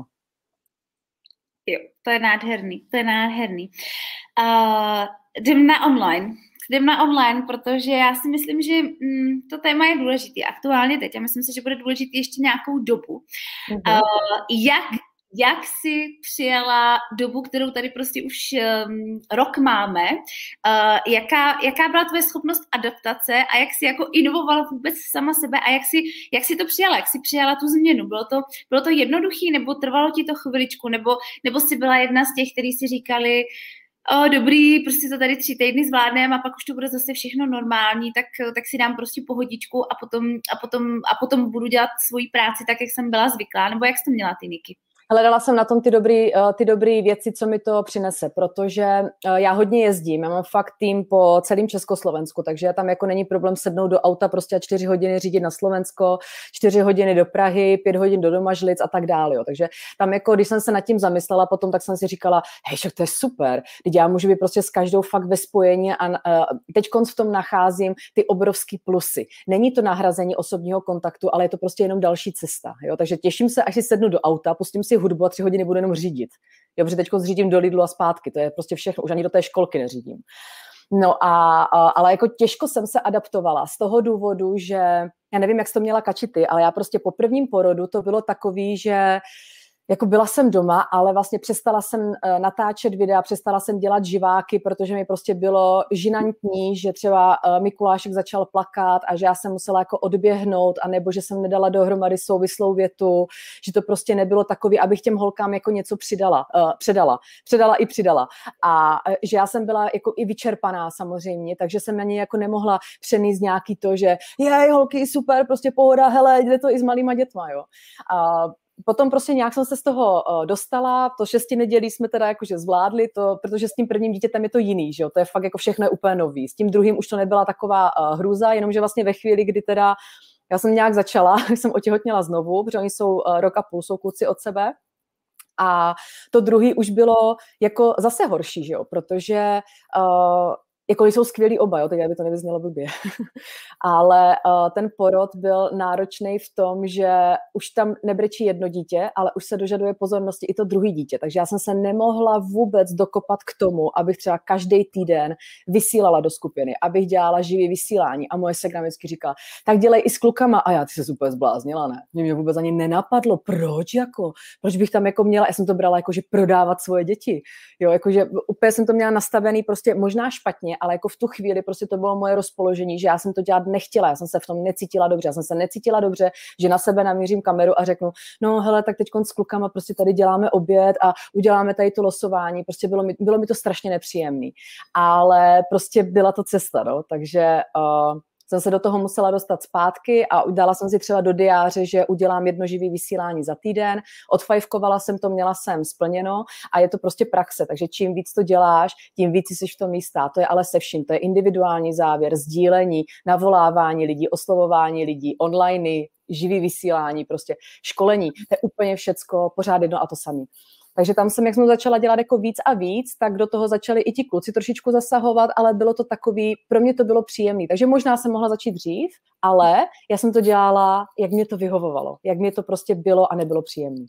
A: Jo, to je nádherný, to je nádherný. Uh, jdem na online. Jdem na online, protože já si myslím, že mm, to téma je důležité aktuálně teď a myslím si, že bude důležitý ještě nějakou dobu. Mm-hmm. Uh, jak Jak jsi přijala dobu, kterou tady prostě už um, rok máme? Uh, jaká, jaká byla tvoje schopnost adaptace a jak jsi jako inovovala vůbec sama sebe a jak jsi, jak jsi to přijala? Jak jsi přijala tu změnu? Bylo to, bylo to jednoduchý nebo trvalo ti to chviličku? Nebo, nebo jsi byla jedna z těch, kteří si říkali, o, dobrý, prostě to tady tři týdny zvládneme a pak už to bude zase všechno normální, tak, tak si dám prostě pohodičku a potom, a, potom, a potom budu dělat svoji práci tak, jak jsem byla zvyklá. Nebo jak jsi to měla ty, Niky?
B: Hledala jsem na tom ty dobrý, ty dobrý věci, co mi to přinese, protože já hodně jezdím, já mám fakt tým po celém Československu, takže tam jako není problém sednout do auta prostě a čtyři hodiny řídit na Slovensko, čtyři hodiny do Prahy, pět hodin do Domažlic a tak dále. Jo. Takže tam jako, když jsem se nad tím zamyslela potom, tak jsem si říkala, hej, však to je super, teď já můžu být prostě s každou fakt ve spojení a uh, teď konc v tom nacházím ty obrovský plusy. Není to nahrazení osobního kontaktu, ale je to prostě jenom další cesta. Jo. Takže těším se, až si sednu do auta, pustím si hudbu a tři hodiny budu jenom řídit. Jo, protože teď zřídím do Lidlu a zpátky, to je prostě všechno, už ani do té školky neřídím. No a, a, ale jako těžko jsem se adaptovala z toho důvodu, že já nevím, jak jsi to měla kačity, ale já prostě po prvním porodu to bylo takový, že jako byla jsem doma, ale vlastně přestala jsem uh, natáčet videa, přestala jsem dělat živáky, protože mi prostě bylo žinantní, že třeba uh, Mikulášek začal plakat a že já jsem musela jako odběhnout, anebo že jsem nedala dohromady souvislou větu, že to prostě nebylo takový, abych těm holkám jako něco přidala, uh, předala. Předala i přidala. A uh, že já jsem byla jako i vyčerpaná samozřejmě, takže jsem na ně jako nemohla přenést nějaký to, že jej, holky, super, prostě pohoda, hele, jde to i s malýma dětma, jo. Uh, Potom prostě nějak jsem se z toho uh, dostala, to šesti nedělí jsme teda jakože zvládli, to, protože s tím prvním dítětem je to jiný, že jo, to je fakt jako všechno je úplně nový. S tím druhým už to nebyla taková uh, hrůza, jenomže vlastně ve chvíli, kdy teda já jsem nějak začala, jsem otěhotněla znovu, protože oni jsou uh, rok a půl, jsou kluci od sebe. A to druhý už bylo jako zase horší, že jo, protože uh, jako jsou skvělí oba, jo, teď by to nevyznělo blbě. Ale uh, ten porod byl náročný v tom, že už tam nebrečí jedno dítě, ale už se dožaduje pozornosti i to druhý dítě. Takže já jsem se nemohla vůbec dokopat k tomu, abych třeba každý týden vysílala do skupiny, abych dělala živý vysílání. A moje segra vždycky říkala, tak dělej i s klukama. A já, ty se úplně zbláznila, ne? Mě, mě vůbec ani nenapadlo, proč jako? Proč bych tam jako měla, já jsem to brala jako, že prodávat svoje děti. Jo, jakože úplně jsem to měla nastavený prostě možná špatně, ale jako v tu chvíli prostě to bylo moje rozpoložení, že já jsem to dělat nechtěla, já jsem se v tom necítila dobře, já jsem se necítila dobře, že na sebe namířím kameru a řeknu, no hele, tak teď s klukama prostě tady děláme oběd a uděláme tady to losování, prostě bylo mi, bylo mi to strašně nepříjemný, ale prostě byla to cesta, no, takže uh, jsem se do toho musela dostat zpátky a dala jsem si třeba do diáře, že udělám jedno živý vysílání za týden, odfajfkovala jsem to, měla jsem splněno a je to prostě praxe, takže čím víc to děláš, tím víc jsi v tom jistá. To je ale se vším, to je individuální závěr, sdílení, navolávání lidí, oslovování lidí, online, živý vysílání, prostě školení, to je úplně všecko pořád jedno a to samé. Takže tam jsem, jak jsem začala dělat jako víc a víc, tak do toho začali i ti kluci trošičku zasahovat, ale bylo to takový, pro mě to bylo příjemné. Takže možná jsem mohla začít dřív, ale já jsem to dělala, jak mě to vyhovovalo, jak mě to prostě bylo a nebylo příjemné.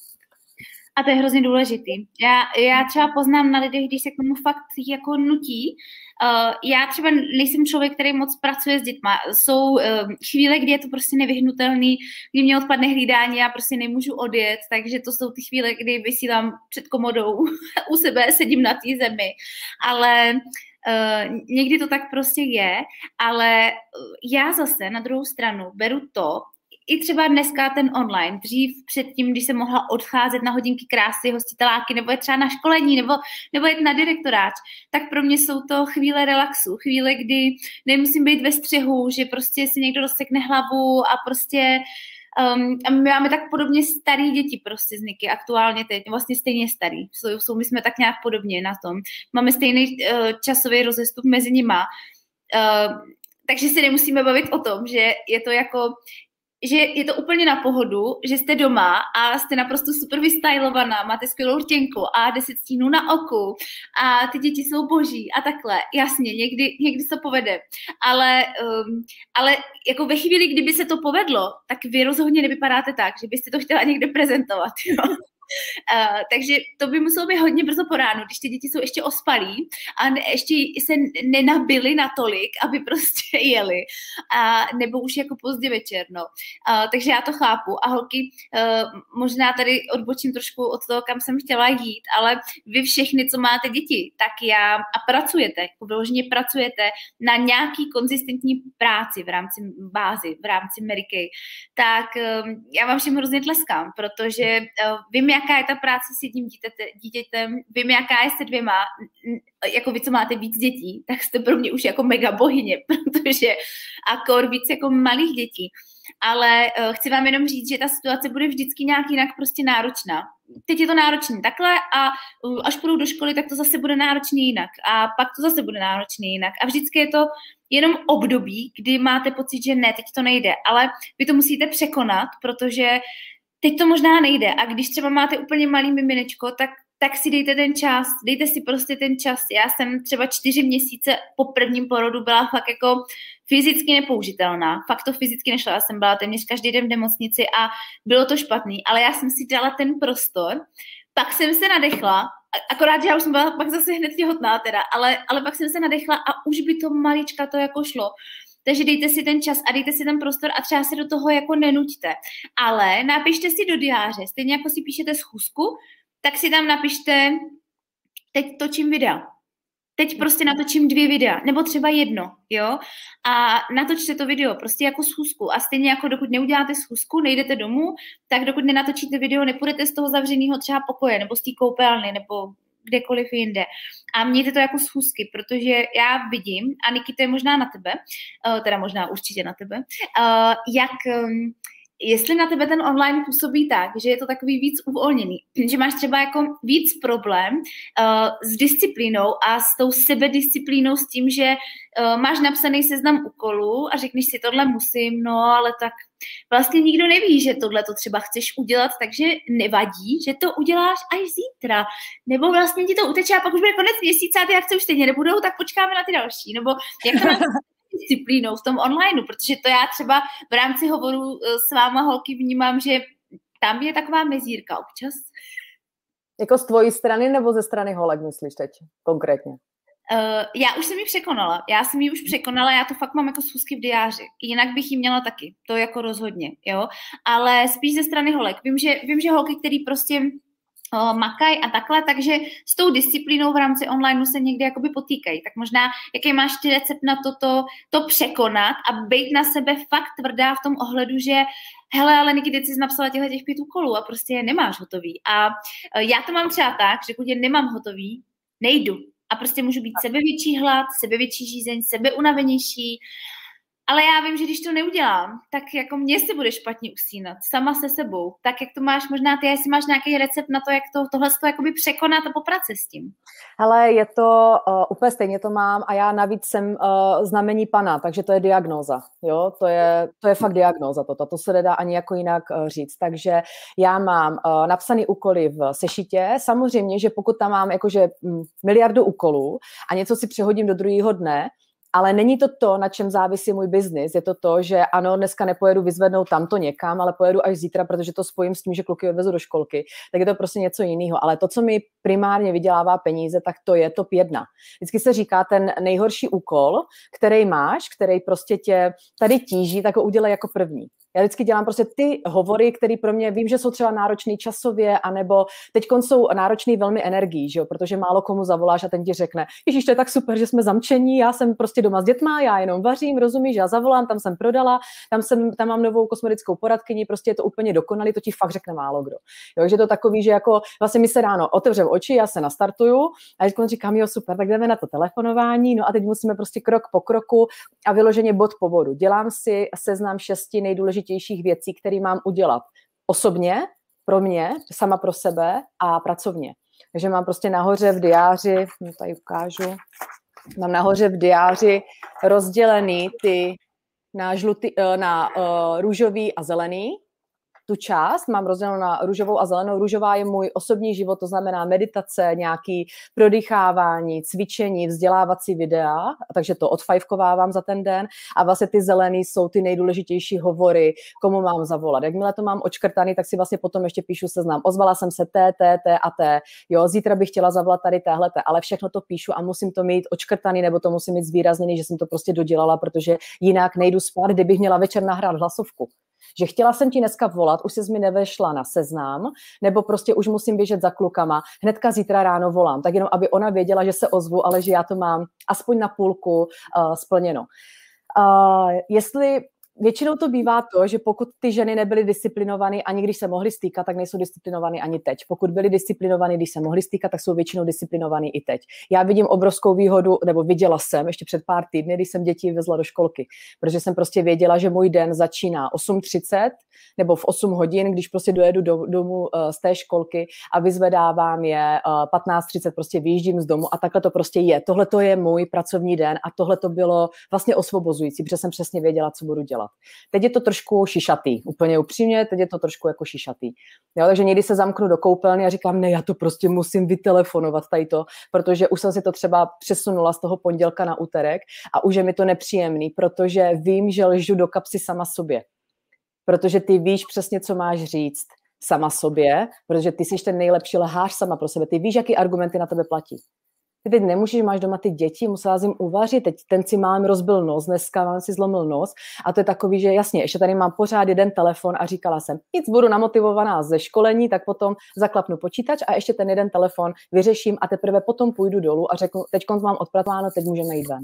A: A to je hrozně důležitý. Já, já třeba poznám na lidech, když se k tomu fakt jako nutí. Uh, já třeba nejsem člověk, který moc pracuje s dětma. Jsou uh, chvíle, kdy je to prostě nevyhnutelný, kdy mě odpadne hlídání, já prostě nemůžu odjet, takže to jsou ty chvíle, kdy vysílám před komodou u sebe, sedím na té zemi. Ale uh, někdy to tak prostě je, ale já zase na druhou stranu beru to, i třeba dneska ten online, dřív předtím, když jsem mohla odcházet na hodinky krásy, hostiteláky, nebo je třeba na školení, nebo, nebo jet na direktoráč, tak pro mě jsou to chvíle relaxu, chvíle, kdy nemusím být ve střehu, že prostě si někdo rozsekne hlavu a prostě um, a my máme tak podobně starý děti prostě z Niky, aktuálně teď, vlastně stejně starý, jsou, jsou, my jsme tak nějak podobně na tom, máme stejný uh, časový rozestup mezi nima, uh, takže si nemusíme bavit o tom, že je to jako že je to úplně na pohodu, že jste doma a jste naprosto super vystylovaná, máte skvělou rtěnku a deset stínů na oku a ty děti jsou boží a takhle. Jasně, někdy, někdy se povede, ale, um, ale jako ve chvíli, kdyby se to povedlo, tak vy rozhodně nevypadáte tak, že byste to chtěla někde prezentovat, jo? Uh, takže to by muselo být hodně brzo po ránu, když ty děti jsou ještě ospalí a ne, ještě se nenabili natolik, aby prostě jeli, a nebo už jako pozdě večer, no. Uh, takže já to chápu a holky, uh, možná tady odbočím trošku od toho, kam jsem chtěla jít, ale vy všechny, co máte děti, tak já a pracujete, jako vyloženě pracujete na nějaký konzistentní práci v rámci bázy, v rámci Mary Kay, tak um, já vám všem hrozně tleskám, protože uh, vím, jaká je ta práce s jedním dítěte, dítětem, vím, jaká je se dvěma, jako vy, co máte víc dětí, tak jste pro mě už jako mega bohyně, protože a kor víc jako malých dětí. Ale uh, chci vám jenom říct, že ta situace bude vždycky nějak jinak prostě náročná. Teď je to náročný takhle a uh, až půjdou do školy, tak to zase bude náročný jinak a pak to zase bude náročný jinak. A vždycky je to jenom období, kdy máte pocit, že ne, teď to nejde, ale vy to musíte překonat, protože teď to možná nejde a když třeba máte úplně malý miminečko, tak, tak si dejte ten čas, dejte si prostě ten čas. Já jsem třeba čtyři měsíce po prvním porodu byla fakt jako fyzicky nepoužitelná. Fakt to fyzicky nešlo. Já jsem byla téměř každý den v nemocnici a bylo to špatný, ale já jsem si dala ten prostor, pak jsem se nadechla, akorát, že já už jsem byla pak zase hned těhotná teda, ale, ale pak jsem se nadechla a už by to malička to jako šlo. Takže dejte si ten čas a dejte si ten prostor a třeba se do toho jako nenuďte. Ale napište si do diáře, stejně jako si píšete schůzku, tak si tam napište, teď točím videa. Teď prostě natočím dvě videa, nebo třeba jedno, jo? A natočte to video prostě jako schůzku. A stejně jako dokud neuděláte schůzku, nejdete domů, tak dokud nenatočíte video, nepůjdete z toho zavřeného třeba pokoje, nebo z té koupelny, nebo kdekoliv jinde. A mějte to jako schůzky, protože já vidím, a Niky, to je možná na tebe, teda možná určitě na tebe, jak, jestli na tebe ten online působí tak, že je to takový víc uvolněný, že máš třeba jako víc problém s disciplínou a s tou sebedisciplínou, s tím, že máš napsaný seznam úkolů a řekneš si, tohle musím, no ale tak vlastně nikdo neví, že tohle to třeba chceš udělat, takže nevadí, že to uděláš až zítra. Nebo vlastně ti to uteče a pak už bude konec měsíce a ty akce už stejně nebudou, tak počkáme na ty další. Nebo jak to máš s disciplínou v tom online, protože to já třeba v rámci hovoru s váma holky vnímám, že tam je taková mezírka občas.
B: Jako z tvojí strany nebo ze strany holek, myslíš teď konkrétně?
A: Uh, já už jsem ji překonala, já jsem ji už překonala, já to fakt mám jako schůzky v diáři, jinak bych ji měla taky, to jako rozhodně, jo, ale spíš ze strany holek, vím, že, vím, že holky, který prostě uh, makají a takhle, takže s tou disciplínou v rámci online se někdy jakoby potýkají, tak možná, jaký máš ty recept na toto, to překonat a být na sebe fakt tvrdá v tom ohledu, že hele, ale Niky, teď jsi napsala těchto těch pět úkolů a prostě je nemáš hotový a uh, já to mám třeba tak, že když je nemám hotový, nejdu. A prostě můžu být sebevětší hlad, sebevětší žízeň, sebeunavenější Ale já vím, že když to neudělám, tak jako mě se bude špatně usínat, sama se sebou. Tak jak to máš možná ty, jestli máš nějaký recept na to, jak to, tohle to jakoby překonat a poprat se s tím?
B: Hele, je to, uh, úplně stejně to mám a já navíc jsem uh, znamení pana, takže to je diagnóza, jo, to je, to je fakt diagnóza toto, to se nedá ani jako jinak uh, říct, takže já mám uh, napsaný úkoly v sešitě, samozřejmě, že pokud tam mám jakože mm, miliardu úkolů a něco si přehodím do druhého dne, ale není to to, na čem závisí můj biznis. Je to to, že ano, dneska nepojedu vyzvednout tamto někam, ale pojedu až zítra, protože to spojím s tím, že kluky odvezu do školky. Tak je to prostě něco jiného. Ale to, co mi primárně vydělává peníze, tak to je top jedna. Vždycky se říká, ten nejhorší úkol, který máš, který prostě tě tady tíží, tak ho udělej jako první. Já vždycky dělám prostě ty hovory, které pro mě vím, že jsou třeba náročný časově, anebo teď jsou náročný velmi energií, že jo? Protože málo komu zavoláš a ten ti řekne, ježiš, to je tak super, že jsme zamčení, já jsem prostě doma s dětma, já jenom vařím, rozumíš, já zavolám, tam jsem prodala, tam, jsem, tam mám novou kosmetickou poradkyni, prostě je to úplně dokonalý, to ti fakt řekne málo kdo. Jo, že to takový, že jako vlastně mi se ráno otevřem oči, já se nastartuju a teď říkám, jo, super, tak jdeme na to telefonování, no a teď musíme prostě krok po kroku a vyloženě bod po bodu. Dělám si seznam šesti nejdůležitějších věcí, které mám udělat osobně, pro mě, sama pro sebe a pracovně. Takže mám prostě nahoře v diáři, no tady ukážu, mám nahoře v diáři rozdělený ty na, žlutý, na uh, růžový a zelený. Tu část mám rozdělenou na růžovou a zelenou. Růžová je můj osobní život, to znamená meditace, nějaký prodýchávání, cvičení, vzdělávací videa, takže to odfajfkovávám za ten den. A vlastně ty zelený jsou ty nejdůležitější hovory, komu mám zavolat. Jakmile to mám očkrtaný, tak si vlastně potom ještě píšu seznam. Ozvala jsem se té, té, té a té. Jo, zítra bych chtěla zavolat tady téhleté, ale všechno to píšu a musím to mít očkrtaný, nebo to musím mít zvýrazněný, že jsem to prostě dodělala, protože jinak nejdu spát, kdybych měla večer nahrát hlasovku. Že chtěla jsem ti dneska volat, už jsi mi nevešla na seznam, nebo prostě už musím běžet za klukama, hnedka zítra ráno volám, tak jenom, aby ona věděla, že se ozvu, ale že já to mám aspoň na půlku uh, splněno. Uh, jestli Většinou to bývá to, že pokud ty ženy nebyly disciplinované ani když se mohly stýkat, tak nejsou disciplinované ani teď. Pokud byly disciplinované, když se mohly stýkat, tak jsou většinou disciplinované i teď. Já vidím obrovskou výhodu, nebo viděla jsem ještě před pár týdny, když jsem děti vezla do školky, protože jsem prostě věděla, že můj den začíná osm třicet nebo v osm hodin, když prostě dojedu do, domů uh, z té školky a vyzvedávám je uh, patnáct třicet, prostě vyjíždím z domu a takhle to prostě je. Tohle to je můj pracovní den a tohle to bylo vlastně osvobozující, protože jsem přesně věděla, co budu dělat. Teď je to trošku šišatý, úplně upřímně, teď je to trošku jako šišatý. Jo, takže někdy se zamknu do koupelny a říkám, ne, já to prostě musím vytelefonovat tady to, protože už jsem si to třeba přesunula z toho pondělka na úterek a už je mi to nepříjemný, protože vím, že lžu do kapsy sama sobě. Protože ty víš přesně, co máš říct sama sobě, protože ty jsi ten nejlepší lhář sama pro sebe. Ty víš, jaký argumenty na tebe platí. Ty teď nemůžeš, máš doma ty děti, musela jim uvařit, teď ten si mám rozbil nos, dneska mám si zlomil nos a to je takový, že jasně, ještě tady mám pořád jeden telefon a říkala jsem, nic, budu namotivovaná ze školení, tak potom zaklapnu počítač a ještě ten jeden telefon vyřeším a teprve potom půjdu dolů a řeknu, teď mám odpracováno, teď můžeme jít ven.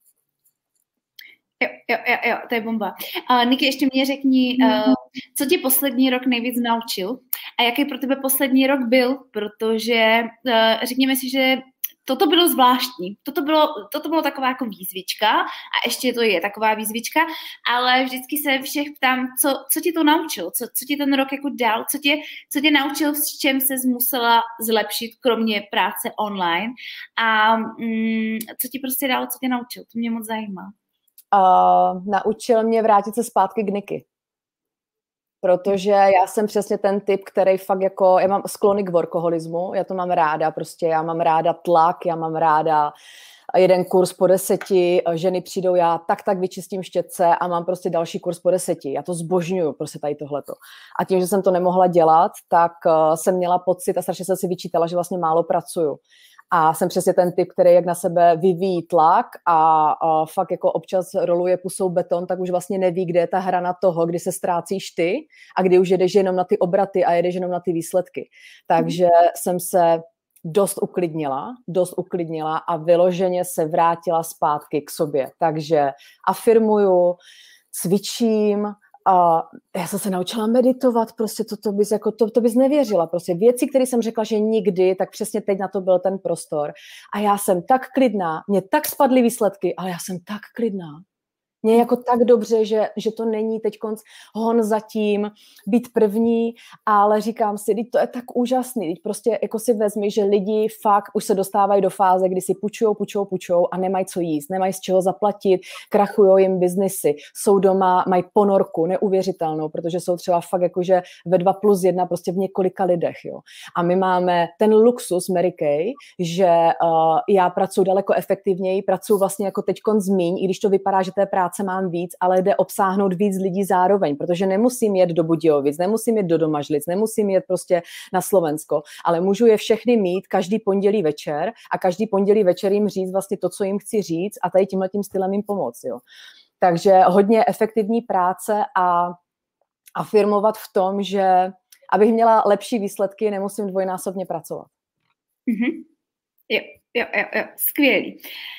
A: Jo, jo, jo, jo, to je bomba. Uh, Niky, ještě mě řekni, uh, co ti poslední rok nejvíc naučil a jaký pro tebe poslední rok byl, protože uh, řekněme si, že toto bylo zvláštní. Toto bylo, toto bylo taková jako výzvička a ještě to je taková výzvička, ale vždycky se všech ptám, co, co ti to naučil, co, co ti ten rok jako dal, co tě, co tě naučil, s čem ses musela zlepšit, kromě práce online a mm, co ti prostě dalo, co tě naučil, to mě moc zajímá.
B: Uh, naučil mě vrátit se zpátky k Niky. Protože já jsem přesně ten typ, který fakt jako, já mám sklony k workoholismu, já to mám ráda prostě, já mám ráda tlak, já mám ráda jeden kurz po deseti, ženy přijdou, já tak tak vyčistím štětce a mám prostě další kurz po deseti, já to zbožňuju prostě tady tohleto. A tím, že jsem to nemohla dělat, tak uh, jsem měla pocit a strašně jsem si vyčítala, že vlastně málo pracuju. A jsem přesně ten typ, který jak na sebe vyvíjí tlak a, a fakt jako občas roluje pusou beton, tak už vlastně neví, kde je ta hrana toho, kdy se ztrácíš ty a kdy už jedeš jenom na ty obraty a jedeš jenom na ty výsledky. Takže mm. jsem se dost uklidnila, dost uklidnila a vyloženě se vrátila zpátky k sobě. Takže afirmuju, cvičím, a já jsem se naučila meditovat, prostě to, to, bys, jako, to, to bys nevěřila. Prostě věci, které jsem řekla, že nikdy, tak přesně teď na to byl ten prostor. A já jsem tak klidná, mě tak spadly výsledky, ale já jsem tak klidná. Mně je jako tak dobře, že, že to není teď konc hon zatím, být první, ale říkám si, teď to je tak úžasný, teď prostě jako si vezmi, že lidi fakt už se dostávají do fáze, kdy si půjčujou, půjčujou, půjčujou a nemají co jíst, nemají z čeho zaplatit, krachujou jim biznisy, jsou doma, mají ponorku neuvěřitelnou, protože jsou třeba fakt jakože ve dva plus jedna prostě v několika lidech, jo. A my máme ten luxus Mary Kay, že uh, já pracuji daleko efektivněji, pracuji vlastně jako teďkon zmíň, i když to vypadá, že té práce mám víc, ale jde obsáhnout víc lidí zároveň, protože nemusím jet do Budějovic, nemusím jet do Domažlic, nemusím jet prostě na Slovensko, ale můžu je všechny mít každý pondělí večer a každý pondělí večer jim říct vlastně to, co jim chci říct a tady tímhletím stylem jim pomoct, jo. Takže hodně efektivní práce a afirmovat v tom, že abych měla lepší výsledky, nemusím dvojnásobně pracovat.
A: Mm-hmm. Jo, jo, jo, jo, skvělý.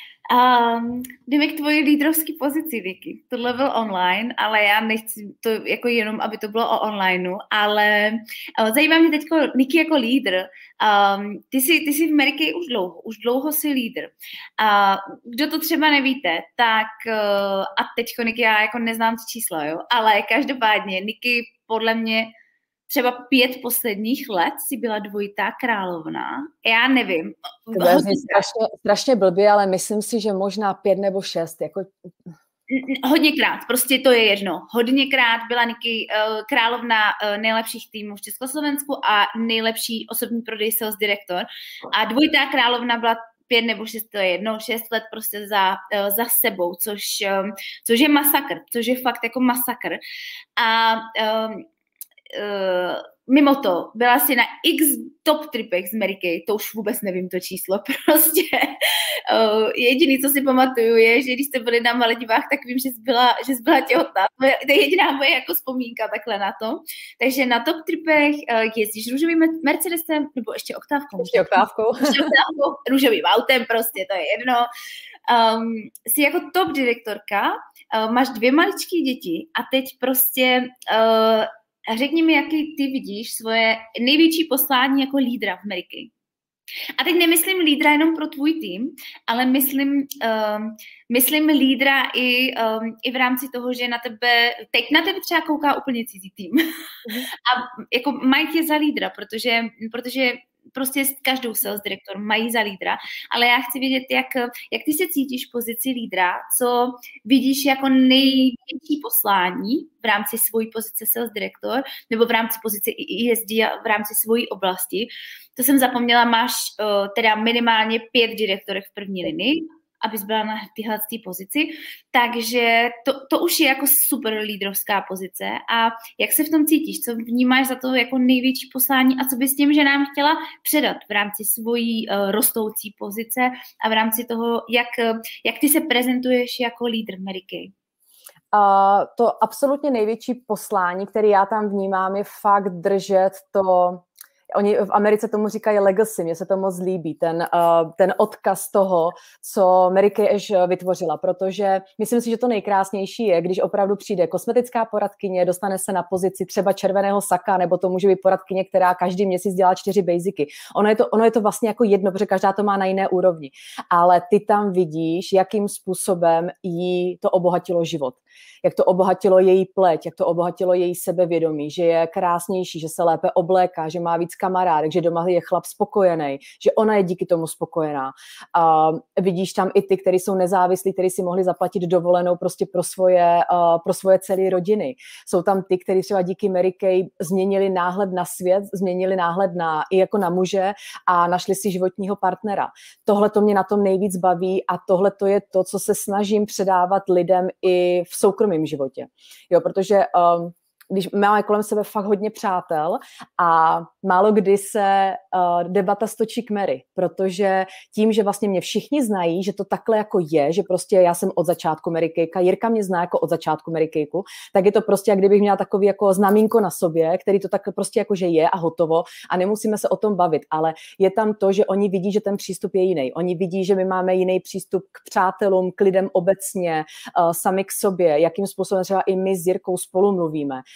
A: Um, jdeme k tvoji lídrovské pozici, Vicky. Tohle byl online, ale já nechci to jako jenom, aby to bylo o onlineu, ale uh, zajímá mě teďko Niky jako lídr. Um, ty, jsi, ty jsi v Mary Kay už dlouho, už dlouho jsi lídr. Uh, kdo to třeba nevíte, tak uh, a teďko Niky, já jako neznám to číslo, jo, ale každopádně Niky podle mě třeba pět posledních let si byla dvojitá královna. Já nevím.
B: To je strašně, strašně blbě, ale myslím si, že možná pět nebo šest. Jako...
A: Hodněkrát, prostě to je jedno. Hodněkrát byla Niky uh, královna uh, nejlepších týmů v Československu a nejlepší osobní prodej sales direktor. A dvojitá královna byla pět nebo šest, to je jedno, šest let prostě za, uh, za sebou, což, um, což je masakr, což je fakt jako masakr. A um, Uh, mimo to, byla si na x top tripech z Mary Kay, to už vůbec nevím to číslo, prostě. Uh, jediný, co si pamatuju, je, že když jste byli na Maledivách, tak vím, že jsi byla, že jsi byla těhotná. To je jediná moje jako vzpomínka takhle na to. Takže na top tripech uh, jezdíš růžovým Mercedesem, nebo ještě oktávkou.
B: Ještě oktávkou.
A: Ještě oktávkou, růžovým autem, prostě, to je jedno. Um, jsi jako top direktorka, uh, máš dvě maličké děti a teď prostě uh, a řekni mi, jaký ty vidíš svoje největší poslání jako lídra v Mary Kay. A teď nemyslím lídra jenom pro tvůj tým, ale myslím, um, myslím lídra i, um, i v rámci toho, že na tebe, teď na tebe třeba kouká úplně cizí tým. Mm. A jako mají tě za lídra, protože, protože prostě s každou sales direktor mají za lídra, ale já chci vědět, jak, jak ty se cítíš v pozici lídra, co vidíš jako největší poslání v rámci svojí pozice sales direktor nebo v rámci pozice I S D a v rámci svojí oblasti. To jsem zapomněla, máš uh, teda minimálně pět direktorek v první linii, abys byla na tyhle pozici, takže to, to už je jako super lídrovská pozice. A jak se v tom cítíš? Co vnímáš za to jako největší poslání a co bys tím, že nám chtěla předat v rámci svojí uh, rostoucí pozice a v rámci toho, jak, jak ty se prezentuješ jako lídr Mary Kay?
B: Uh, to absolutně největší poslání, který já tam vnímám, je fakt držet to. Oni v Americe tomu říkají legacy, mně se to moc líbí, ten, uh, ten odkaz toho, co Mary Kay Ash vytvořila, protože myslím si, že to nejkrásnější je, když opravdu přijde kosmetická poradkyně, dostane se na pozici třeba červeného saka, nebo to může být poradkyně, která každý měsíc dělá čtyři basicy. Ono je to, ono je to vlastně jako jedno, protože každá to má na jiné úrovni, ale ty tam vidíš, jakým způsobem jí to obohatilo život. Jak to obohatilo její pleť, jak to obohatilo její sebevědomí, že je krásnější, že se lépe obléká, že má víc kamarádek, že doma je chlap spokojený, že ona je díky tomu spokojená. A vidíš tam i ty, kteří jsou nezávislí, kteří si mohli zaplatit dovolenou prostě pro svoje, uh, pro svoje celé rodiny. Jsou tam ty, kteří třeba díky Mary Kay změnili náhled na svět, změnili náhled na, i jako na muže a našli si životního partnera. Tohle to mě na tom nejvíc baví a tohle to je to, co se snažím předávat lidem i v soukromém životě. Jo, protože um, když máme kolem sebe fakt hodně přátel a málo kdy se uh, debata stočí k Mary, protože tím, že vlastně mě všichni znají, že to takhle jako je, že prostě já jsem od začátku Mary Kayka, Jirka mě zná jako od začátku Mary Kayku, tak je to prostě, jak kdybych měla takový jako znamínko na sobě, který to takhle prostě jako, že je a hotovo a nemusíme se o tom bavit, ale je tam to, že oni vidí, že ten přístup je jiný. Oni vidí, že my máme jiný přístup k přátelům, k lidem obecně, uh, sami k sobě, jakým způsobem třeba i my s Jirkou spolu mluvíme.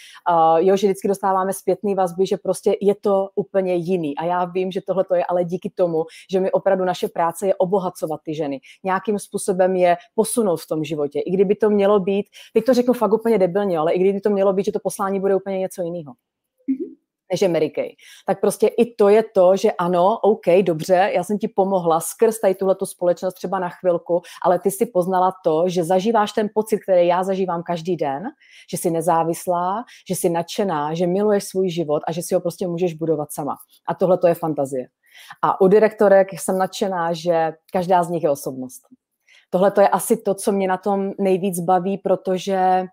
B: Uh, jo, že vždycky dostáváme zpětný vazby, že prostě je to úplně jiný. A já vím, že tohle to je ale díky tomu, že my opravdu naše práce je obohacovat ty ženy. Nějakým způsobem je posunout v tom životě. I kdyby to mělo být, teď to řeknu fakt úplně debilně, ale i kdyby to mělo být, že to poslání bude úplně něco jiného. Mm-hmm. Než je Mary Kay. Tak prostě i to je to, že ano, OK, dobře, já jsem ti pomohla skrz tady tuhletu společnost třeba na chvilku, ale ty si poznala to, že zažíváš ten pocit, který já zažívám každý den, že jsi nezávislá, že jsi nadšená, že miluješ svůj život a že si ho prostě můžeš budovat sama. A tohle to je fantazie. A u direktorek jsem nadšená, že každá z nich je osobnost. Tohle to je asi to, co mě na tom nejvíc baví, protože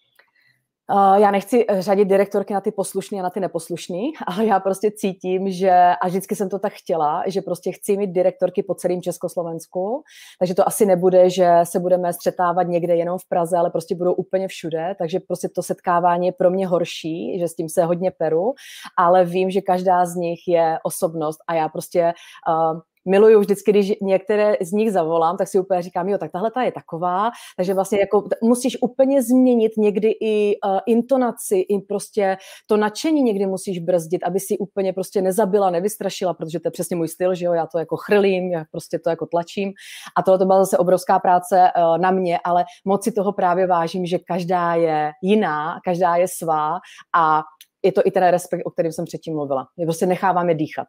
B: Uh, já nechci řadit direktorky na ty poslušný a na ty neposlušný, ale já prostě cítím, že, a vždycky jsem to tak chtěla, že prostě chci mít direktorky po celém Československu, takže to asi nebude, že se budeme střetávat někde jenom v Praze, ale prostě budou úplně všude, takže prostě to setkávání je pro mě horší, že s tím se hodně peru, ale vím, že každá z nich je osobnost a já prostě uh, miluju vždycky, když některé z nich zavolám, tak si úplně říkám, jo, tak tahle ta je taková, takže vlastně jako musíš úplně změnit někdy i uh, intonaci, i prostě to nadšení někdy musíš brzdit, aby si úplně prostě nezabila, nevystrašila, protože to je přesně můj styl, že jo, já to jako chrlím, já prostě to jako tlačím a tohle to byla zase obrovská práce uh, na mě, ale moc si toho právě vážím, že každá je jiná, každá je svá a je to i ten respekt, o kterém jsem předtím mluvila. Je prostě necháváme dýchat.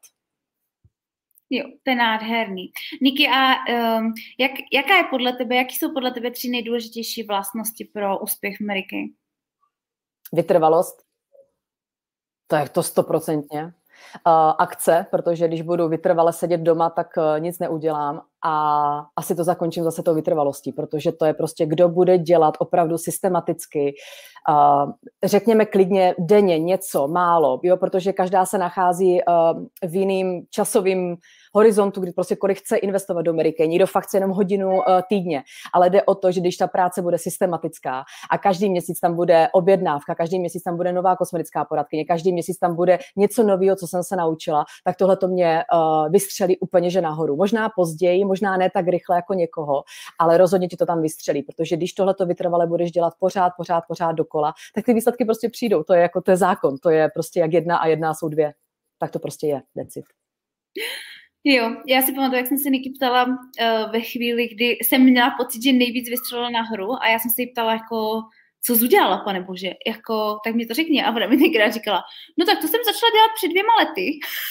A: Jo, to je nádherný. Niky, a um, jak, jaká je podle tebe, jaký jsou podle tebe tři nejdůležitější vlastnosti pro úspěch v Mary Kay?
B: Vytrvalost. To je to stoprocentně. Uh, akce, protože když budu vytrvale sedět doma, tak uh, nic neudělám a asi to zakončím zase tou vytrvalostí, protože to je prostě, kdo bude dělat opravdu systematicky, uh, řekněme klidně denně něco, málo, jo, protože každá se nachází uh, v jiným časovým horizontu, kdy prostě kolik chce investovat do Mary Kay. Někdo fakt chce jenom hodinu uh, týdně, ale jde o to, že když ta práce bude systematická a každý měsíc tam bude objednávka, každý měsíc tam bude nová kosmetická poradkyně, každý měsíc tam bude něco nového, co jsem se naučila, tak tohle to mě uh, vystřelí úplně že nahoru. Možná později, možná ne tak rychle jako někoho, ale rozhodně ti to tam vystřelí, protože když tohle to vytrvale budeš dělat pořád, pořád, pořád dokola, tak ty výsledky prostě přijdou. To je jako to je zákon, to je prostě jak jedna a jedna jsou dvě. Tak to prostě je, that's it.
A: Jo, já si pamatuju, jak jsem se Niky ptala uh, ve chvíli, kdy jsem měla pocit, že nejvíc vystřelila nahoru a já jsem se jí ptala jako, co jsi udělala, pane bože, jako, tak mi to řekni. A ona mi tenkrát říkala, no tak to jsem začala dělat před dvěma lety.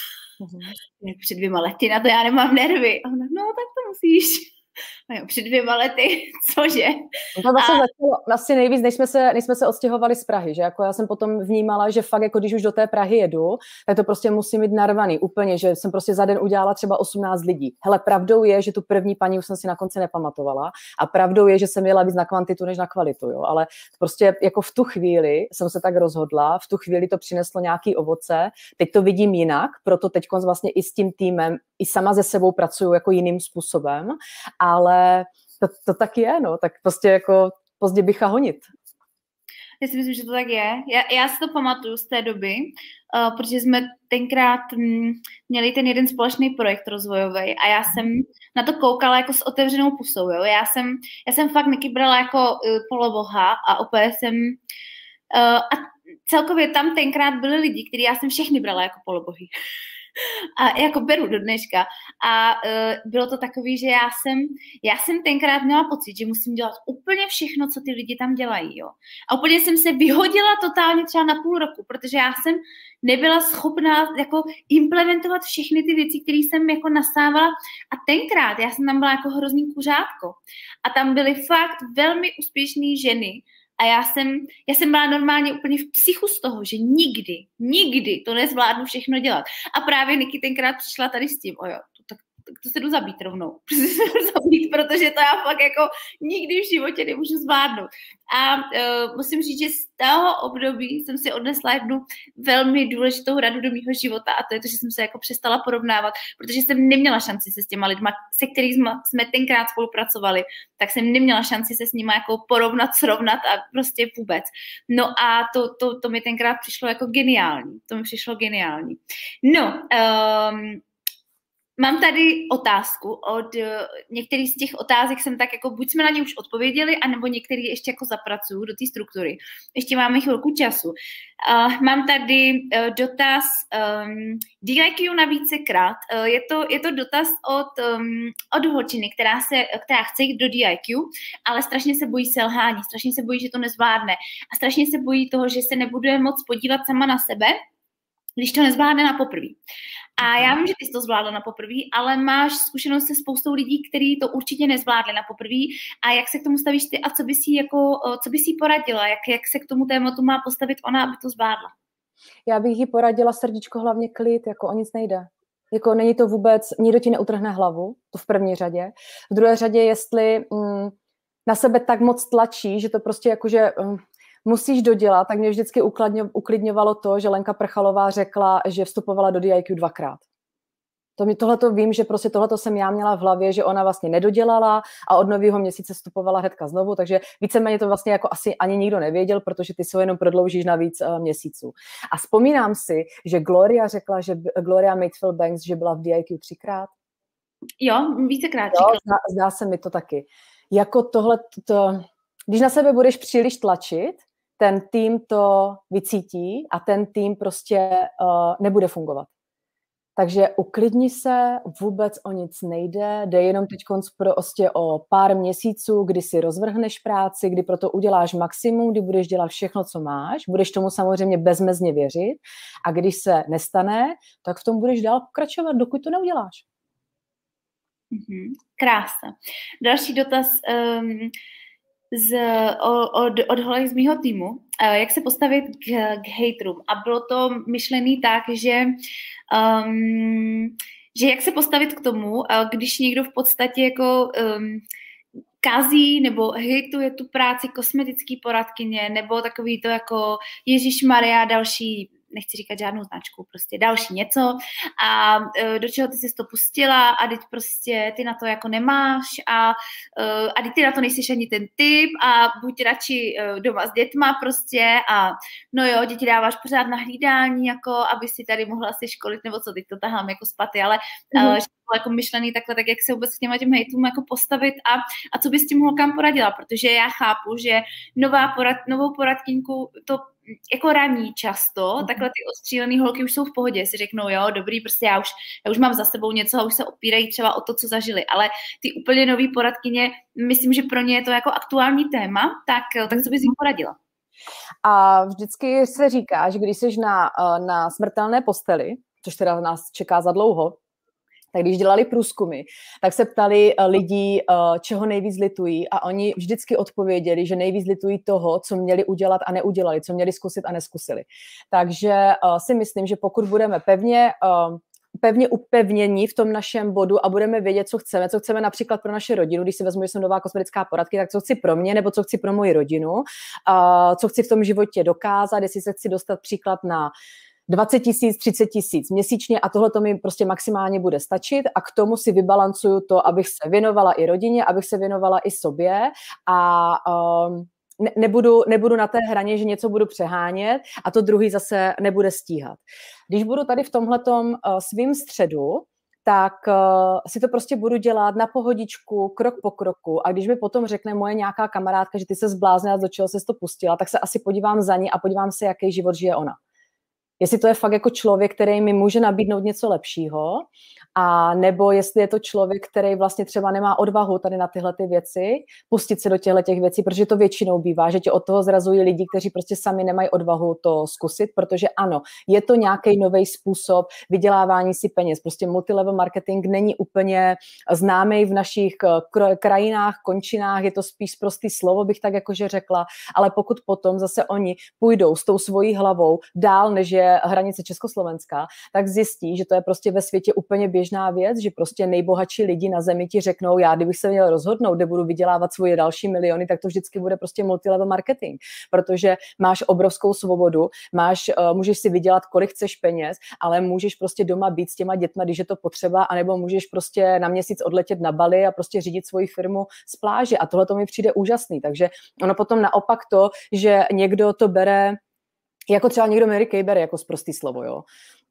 A: Uh-huh. Před dvěma lety, na to já nemám nervy. A ona, no tak to musíš. A jo, před dvěma lety, cože?
B: No to zase a... začalo asi nejvíc, než jsme, se, než jsme se odstěhovali z Prahy, že jako já jsem potom vnímala, že fakt jako když už do té Prahy jedu, tak to prostě musím mít narvaný úplně, že jsem prostě za den udělala třeba osmnáct lidí. Hele, pravdou je, že tu první paní už jsem si na konci nepamatovala a pravdou je, že jsem jela víc na kvantitu než na kvalitu, jo, ale prostě jako v tu chvíli jsem se tak rozhodla, v tu chvíli to přineslo nějaký ovoce, teď to vidím jinak, proto teď vlastně i s tím týmem, i sama ze sebou pracuju jako jiným způsobem, ale to, to tak je, no, tak prostě jako pozdě bycha honit.
A: Já si myslím, že to tak je. Já, já si to pamatuju z té doby, uh, protože jsme tenkrát m, měli ten jeden společný projekt rozvojový a já jsem na to koukala jako s otevřenou pusou, jo. Já jsem, já jsem fakt Niky brala jako uh, poloboha a opět jsem uh, a celkově tam tenkrát byli lidi, kteří já jsem všechny brala jako polobohy. A jako beru do dneška. A uh, bylo to takový, že já jsem, já jsem tenkrát měla pocit, že musím dělat úplně všechno, co ty lidi tam dělají, jo. A úplně jsem se vyhodila totálně třeba na půl roku, protože já jsem nebyla schopná jako implementovat všechny ty věci, které jsem jako nasávala. A tenkrát já jsem tam byla jako hrozný kuřátko. A tam byly fakt velmi úspěšné ženy, a já jsem, já jsem byla normálně úplně v psychu z toho, že nikdy, nikdy to nezvládnu všechno dělat. A právě Niky tenkrát přišla tady s tím, ojo, to, tak, tak to se jdu zabít rovnou. zabít, protože to já fakt jako nikdy v životě nemůžu zvládnout. A uh, musím říct, že z toho období jsem si odnesla jednu velmi důležitou radu do mýho života a to je to, že jsem se jako přestala porovnávat, protože jsem neměla šanci se s těma lidma, se kterými jsme tenkrát spolupracovali, tak jsem neměla šanci se s nimi jako porovnat, srovnat a prostě vůbec. No a to, to, to mi tenkrát přišlo jako geniální. To mi přišlo geniální. No, um, Mám tady otázku od uh, některých z těch otázek jsem tak jako, buď jsme na ně už odpověděli, anebo některý ještě jako zapracuju do té struktury. Ještě máme chvilku času. Uh, mám tady uh, dotaz um, D I Q na vícekrát. Uh, je, to, je to dotaz od, um, od holčiny, která, se, která chce jít do D I Q, ale strašně se bojí selhání, strašně se bojí, že to nezvládne a strašně se bojí toho, že se nebude moc podívat sama na sebe, když to nezvládne na poprví. A já vím, že ty jsi to zvládla na poprví, ale máš zkušenost se spoustou lidí, kteří to určitě nezvládli na poprví. A jak se k tomu stavíš ty a co bys jí, jako, co bys jí poradila? Jak, jak se k tomu tématu má postavit ona, aby to zvládla?
B: Já bych jí poradila srdíčko, hlavně klid, jako o nic nejde. Jako není to vůbec, nikdo ti neutrhne hlavu, to v první řadě. V druhé řadě, jestli mm, na sebe tak moc tlačí, že to prostě jakože... Mm, musíš dodělat, tak mě vždycky uklidňovalo to, že Lenka Prchalová řekla, že vstupovala do D I Q dvakrát. To mě tohleto vím, že prostě tohleto jsem já měla v hlavě, že ona vlastně nedodělala a od nového měsíce vstupovala hnedka znovu, takže víceméně to vlastně jako asi ani nikdo nevěděl, protože ty se ho jenom prodloužíš na víc uh, měsíců. A vzpomínám si, že Gloria řekla, že Gloria Maidfield Banks, že byla v D I Q třikrát.
A: Jo, vícekrát.
B: Jo, zdá, zdá se mi to taky. Jako tohle, to, když na sebe budeš příliš tlačit, ten tým to vycítí a ten tým prostě uh, nebude fungovat. Takže uklidni se, vůbec o nic nejde, jde jenom teď prostě o pár měsíců, kdy si rozvrhneš práci, kdy proto uděláš maximum, kdy budeš dělat všechno, co máš, budeš tomu samozřejmě bezmezně věřit a když se nestane, tak v tom budeš dál pokračovat, dokud to neuděláš.
A: Mm-hmm. Krásně. Další dotaz... Um... Z, od, od holek z mýho týmu, jak se postavit k, k hejtrům. A bylo to myšlený tak, že, um, že jak se postavit k tomu, když někdo v podstatě jako um, kazí nebo hejtuje tu práci kosmetický poradkyně, nebo takový to jako Ježišmarja, další, nechci říkat žádnou značku, prostě další něco a uh, do čeho ty jsi to pustila a teď prostě ty na to jako nemáš a, uh, a teď ty na to nejsiš ani ten typ a buď radši uh, doma s dětma prostě a no jo, děti dáváš pořád na hlídání, jako aby si tady mohla si školit, nebo co, teď to tahám jako spaty, ale mm-hmm. uh, že to jako myšlený takhle, tak jak se vůbec k těma těm hejtům jako postavit a, a co bys tím holkám poradila, protože já chápu, že nová porad, novou poradkyňku to jako raní často, mm. takhle ty ostřílený holky už jsou v pohodě, si řeknou, jo, dobrý, prostě já už, já už mám za sebou něco a už se opírají třeba o to, co zažili, ale ty úplně nový poradkyně, myslím, že pro ně je to jako aktuální téma, tak, tak co bys jim poradila?
B: A vždycky se říká, že když jsi na, na smrtelné posteli, což teda nás čeká za dlouho, tak když dělali průzkumy, tak se ptali lidí, čeho nejvíc litují a oni vždycky odpověděli, že nejvíc litují toho, co měli udělat a neudělali, co měli zkusit a neskusili. Takže si myslím, že pokud budeme pevně, pevně upevnění v tom našem bodu a budeme vědět, co chceme, co chceme například pro naše rodinu, když si vezmu, že jsem nová kosmetická poradky, tak co chci pro mě nebo co chci pro moji rodinu, co chci v tom životě dokázat, jestli se chci dostat příklad na dvacet tisíc, třicet tisíc měsíčně a tohle to mi prostě maximálně bude stačit a k tomu si vybalancuju to, abych se věnovala i rodině, abych se věnovala i sobě a um, ne, nebudu, nebudu na té hraně, že něco budu přehánět a to druhý zase nebude stíhat. Když budu tady v tomhletom uh, svým středu, tak uh, si to prostě budu dělat na pohodičku, krok po kroku a když mi potom řekne moje nějaká kamarádka, že ty se zbláznila, do čeho ses to pustila, tak se asi podívám za ní a podívám se, jaký život žije ona. Jestli to je fakt jako člověk, který mi může nabídnout něco lepšího, a nebo jestli je to člověk, který vlastně třeba nemá odvahu tady na tyhle ty věci, pustit se do těchto těch věcí, protože to většinou bývá, že tě od toho zrazují lidi, kteří prostě sami nemají odvahu to zkusit, protože ano, je to nějaký nový způsob vydělávání si peněz. Prostě multilevel marketing není úplně známý v našich krajinách, končinách, je to spíš prostý slovo, bych tak jakože řekla, ale pokud potom zase oni půjdou s tou svojí hlavou dál, než je hranice Československa, tak zjistí, že to je prostě ve světě úplně běžná věc, že prostě nejbohatší lidi na zemi ti řeknou, já kdybych se měl rozhodnout, kde budu vydělávat svoje další miliony, tak to vždycky bude prostě multilevel marketing, protože máš obrovskou svobodu, máš, uh, můžeš si vydělat, kolik chceš peněz, ale můžeš prostě doma být s těma dětma, když je to potřeba, anebo můžeš prostě na měsíc odletět na Bali a prostě řídit svoji firmu z pláže a tohle to mi přijde úžasný, takže ono potom naopak to, že někdo to bere jako třeba někdo Mary Kay bere jako sprostý slovo, jo.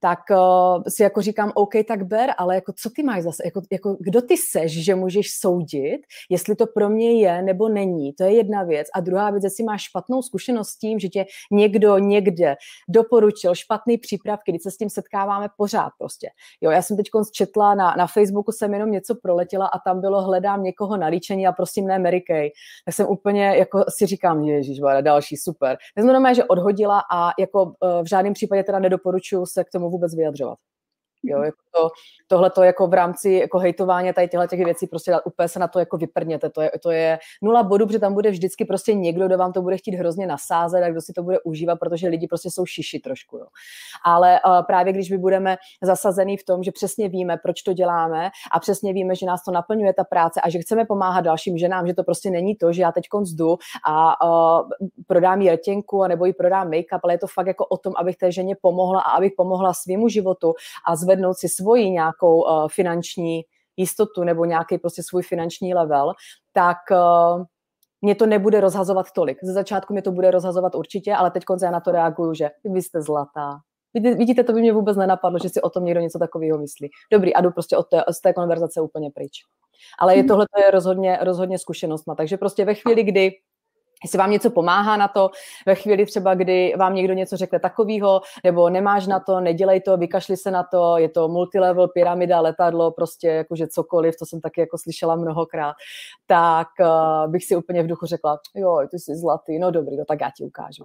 B: tak uh, si jako říkám, OK, tak ber, ale jako co ty máš zase, jako, jako kdo ty seš, že můžeš soudit, jestli to pro mě je nebo není, to je jedna věc. A druhá věc, jestli máš špatnou zkušenost s tím, že tě někdo někde doporučil špatný přípravky, když se s tím setkáváme pořád prostě. Jo, já jsem teď četla, na, na Facebooku jsem jenom něco proletěla a tam bylo hledám někoho na líčení a prosím ne Mary Kay. Tak jsem úplně jako si říkám, ježišmarja, další, super. Tak znamená, že odhodila a jako v žádném případě teda nedoporučuji se k tomu vůbec vyjadřovat. Jo, jako to, tohleto jako v rámci jako hejtování tady těchto těch věcí prostě úplně se na to jako vyprněte. To je, to je nula bodů, protože tam bude vždycky prostě někdo, kdo vám to bude chtít hrozně nasázet a kdo si to bude užívat, protože lidi prostě jsou šiši trošku. Jo. Ale uh, právě když my budeme zasazený v tom, že přesně víme, proč to děláme a přesně víme, že nás to naplňuje ta práce a že chceme pomáhat dalším ženám, že to prostě není to, že já teď jdu a uh, prodám jí rtěnku nebo jí prodám make-up, ale je to fakt jako o tom, abych té ženě pomohla a abych pomohla svému životu a zvednout si svoji nějakou uh, finanční jistotu nebo nějaký prostě svůj finanční level, tak uh, mě to nebude rozhazovat tolik. Ze začátku mě to bude rozhazovat určitě, ale teď já na to reaguju, že vy jste zlatá. Vidíte, vidíte, to by mě vůbec nenapadlo, že si o tom někdo něco takového myslí. Dobrý, a jdu prostě od té, z té konverzace úplně pryč. Ale je tohle je rozhodně, rozhodně zkušenostma. Takže prostě ve chvíli, kdy jestli vám něco pomáhá na to, ve chvíli třeba, kdy vám někdo něco řekne takového, nebo nemáš na to, nedělej to, vykašli se na to, je to multilevel, pyramida, letadlo, prostě jakože cokoliv, to jsem taky jako slyšela mnohokrát, tak uh, bych si úplně v duchu řekla, jo, ty jsi zlatý, no dobrý, no tak já ti ukážu.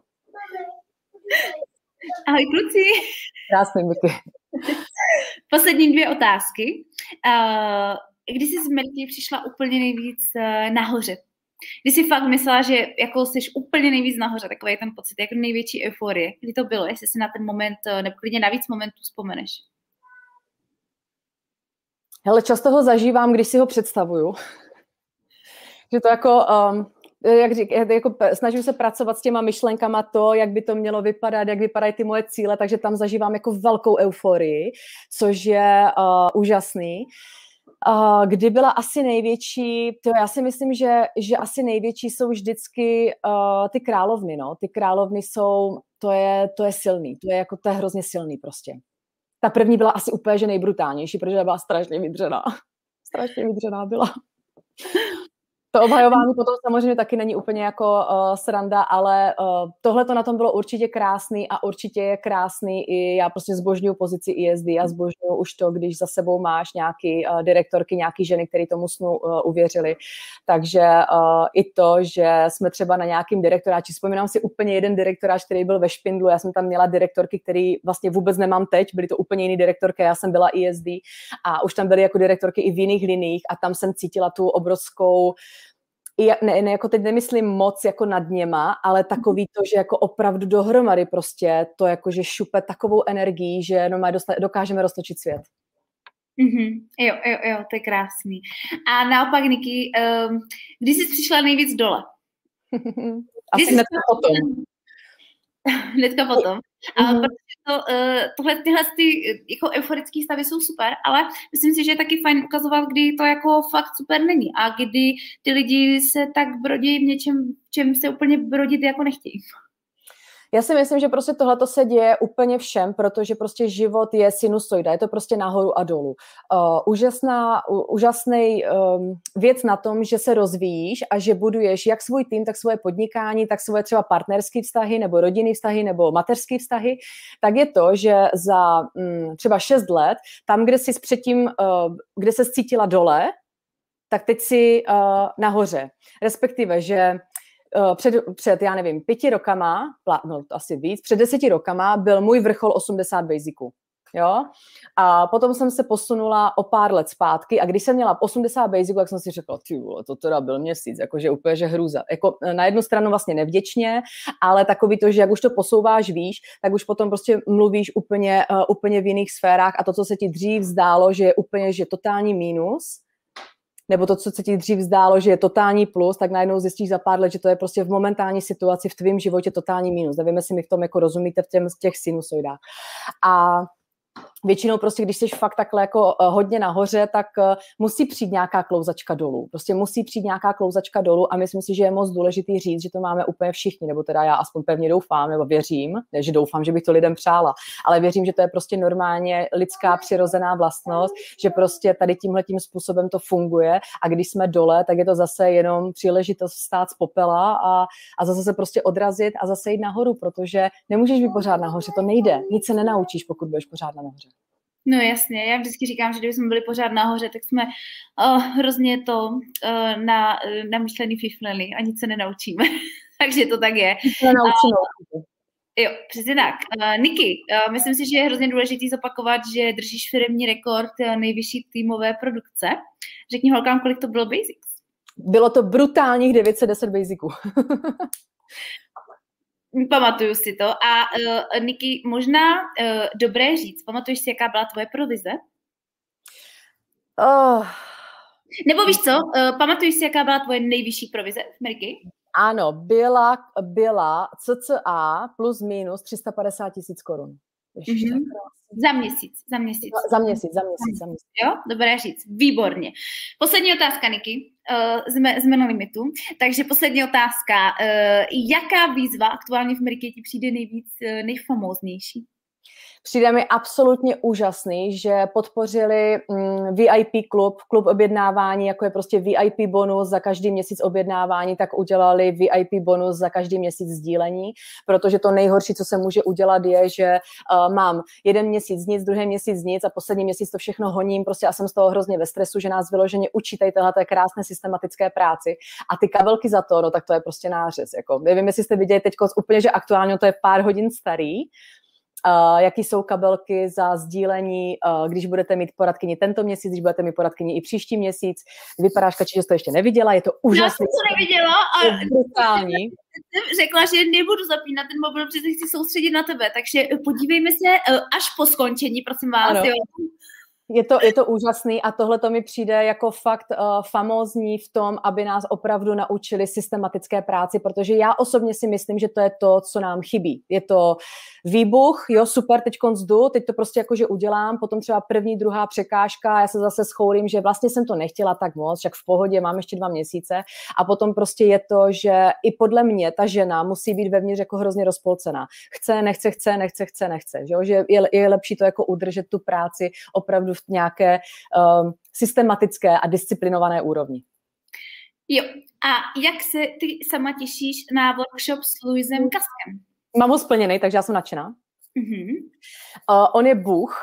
A: Ahoj kluci.
B: Krásný, Miky.
A: Poslední dvě otázky. Uh, kdy jsi z Merky přišla úplně nejvíc uh, nahoře? Kdy jsi fakt myslela, že jako jsi úplně nejvíc nahoře, takový ten pocit, jako největší euforie. Kdy to bylo, jestli si na ten moment, nebo klidně na víc momentů vzpomeneš?
B: Hele, často ho zažívám, když si ho představuju. Že to jako, um, jak řík, jako snažím se pracovat s těma myšlenkama to, jak by to mělo vypadat, jak vypadají ty moje cíle, takže tam zažívám jako velkou euforii, což je uh, úžasný. Uh, kdy byla asi největší, to já si myslím, že, že asi největší jsou vždycky uh, ty královny, no. Ty královny jsou, to je, to je silný, to je jako, to je hrozně silný prostě. Ta první byla asi úplně, že nejbrutálnější, protože byla strašně vydřená. Strašně vydřená byla. To obhajování potom samozřejmě taky není úplně jako uh, sranda, ale uh, tohle to na tom bylo určitě krásný a určitě je krásný i já prostě zbožňuju pozici I S D a zbožňuju už to, když za sebou máš nějaký uh, direktorky, nějaký ženy, které tomu snu uh, uvěřili. Takže uh, i to, že jsme třeba na nějakým direktoráči, vzpomínám si úplně jeden direktoráč, který byl ve Špindlu, já jsem tam měla direktorky, který vlastně vůbec nemám teď, byly to úplně jiný direktorky, já jsem byla I S D a už tam byly jako direktorky i v jiných liních a tam jsem cítila tu obrovskou Ne, ne, jako teď nemyslím moc jako nad něma, ale takový to, že jako opravdu dohromady prostě to jako, že šupe takovou energií, že no, dokážeme roztočit svět.
A: Mm-hmm. Jo, jo, jo, to je krásný. A naopak, Niky, um, kdy jsi přišla nejvíc dole?
B: Asi hnedka potom.
A: Hnedka potom. Mm-hmm. A protože to, uh, tohle, tyhle ty jako euforické stavy jsou super, ale myslím si, že je taky fajn ukazovat, kdy to jako fakt super není a kdy ty lidi se tak brodí v něčem, v čem se úplně brodit jako nechtějí.
B: Já si myslím, že prostě tohleto se děje úplně všem, protože prostě život je sinusoida, je to prostě nahoru a dolů. Uh, úžasná, uh, úžasný um, věc na tom, že se rozvíjíš a že buduješ jak svůj tým, tak svoje podnikání, tak svoje třeba partnerské vztahy, nebo rodinné vztahy, nebo mateřské vztahy, tak je to, že za um, třeba šest let, tam, kde jsi předtím, uh, kde se cítila dole, tak teď jsi uh, nahoře. Respektive, že Před, před, já nevím, pěti rokama, no asi víc, před deseti rokama byl můj vrchol osmdesát basiců, jo? A potom jsem se posunula o pár let zpátky a když jsem měla osmdesát basiců, tak jsem si řekla, ty vole, to teda byl měsíc, jakože úplně, že hrůza. Jako na jednu stranu vlastně nevděčně, ale takový to, že jak už to posouváš výš, tak už potom prostě mluvíš úplně, uh, úplně v jiných sférách a to, co se ti dřív zdálo, že je úplně, že totální mínus, nebo to, co se ti dřív zdálo, že je totální plus, tak najednou zjistíš za pár let, že to je prostě v momentální situaci v tvém životě totální mínus. Nevím, jestli mi v tom jako rozumíte v, těm, v těch sinusoidách. A Většinou prostě, když jsi fakt takhle jako hodně nahoře, tak musí přijít nějaká klouzačka dolů. Prostě musí přijít nějaká klouzačka dolů a myslím si, že je moc důležitý říct, že to máme úplně všichni, nebo teda já aspoň pevně doufám, nebo věřím, ne, že doufám, že bych to lidem přála, ale věřím, že to je prostě normálně lidská přirozená vlastnost, že prostě tady tímhletím způsobem to funguje a když jsme dole, tak je to zase jenom příležitost vstát z popela a, a zase se prostě odrazit a zase jít nahoru, protože nemůžeš být pořád nahoře, to nejde. Nic se nenaučíš, pokud budeš pořád nahoře.
A: No jasně, já vždycky říkám, že kdyby jsme byli pořád nahoře, tak jsme uh, hrozně to uh, na, uh, namyšlený fifleli a nic se nenaučíme. Takže to tak je.
B: Nic se nenaučíme.
A: Uh, jo, přesně tak. Uh, Niky, uh, myslím si, že je hrozně důležitý zopakovat, že držíš firemní rekord uh, nejvyšší týmové produkce. Řekni holkám, kolik to bylo basics.
B: Bylo to brutálních devět set deset basiců.
A: Pamatuju si to. A uh, Niky, možná uh, dobré říct, pamatuješ si, jaká byla tvoje provize?
B: Oh.
A: Nebo víš co, uh, pamatuješ si, jaká byla tvoje nejvyšší provize v Ameriky?
B: Ano, byla, byla cca plus minus tři sta padesát tisíc korun.
A: Mm-hmm. Za měsíc, za měsíc.
B: Za, za měsíc, za měsíc, za měsíc.
A: Jo, dobré říct, výborně. Poslední otázka, Niky. Uh, jsme, jsme na limitu, takže poslední otázka. Uh, jaká výzva aktuálně v Americe ti přijde nejvíc, uh, nejfamóznější?
B: Přijde mi absolutně úžasný, že podpořili mm, V I P klub, klub objednávání, jako je prostě V I P bonus za každý měsíc objednávání, tak udělali V I P bonus za každý měsíc sdílení, protože to nejhorší, co se může udělat, je, že uh, mám jeden měsíc nic, druhý měsíc nic a poslední měsíc to všechno honím, prostě a jsem z toho hrozně ve stresu, že nás vyloženě učí tady téhleté krásné systematické práci a ty kabelky za to, no tak to je prostě nářez. Jako. Nevím, jestli jste viděli teď úplně, že aktuálně to je pár hodin starý, Uh, jaký jsou kabelky za sdílení, uh, když budete mít poradkyni tento měsíc, když budete mít poradkyni i příští měsíc. Vypadá, Kači, že jsi to ještě neviděla, je to úžasné. Já
A: jsem to neviděla a
B: brutální.
A: Jsem řekla, že nebudu zapínat ten mobil, protože chci soustředit na tebe, takže podívejme se uh, až po skončení, prosím vás. Jo.
B: Je to, je to úžasný a tohle to mi přijde jako fakt uh, famózní v tom, aby nás opravdu naučili systematické práci, protože já osobně si myslím, že to je to, co nám chybí. Je to výbuch, jo, super, teď jdu, teď to prostě jakože udělám, potom třeba první, druhá překážka, já se zase schoulím, že vlastně jsem to nechtěla tak moc, však v pohodě, mám ještě dva měsíce a potom prostě je to, že i podle mě ta žena musí být vevnitř jako hrozně rozpolcená. Chce, nechce, chce, nechce, chce, nechce, že, jo? Že je, je lepší to jako udržet tu práci opravdu v nějaké um, systematické a disciplinované úrovni.
A: Jo, a jak se ty sama těšíš na workshop s Louisem Kaskem?
B: Mám ho splněný, takže já jsem nadšená.
A: Mm-hmm.
B: Uh, on je bůh.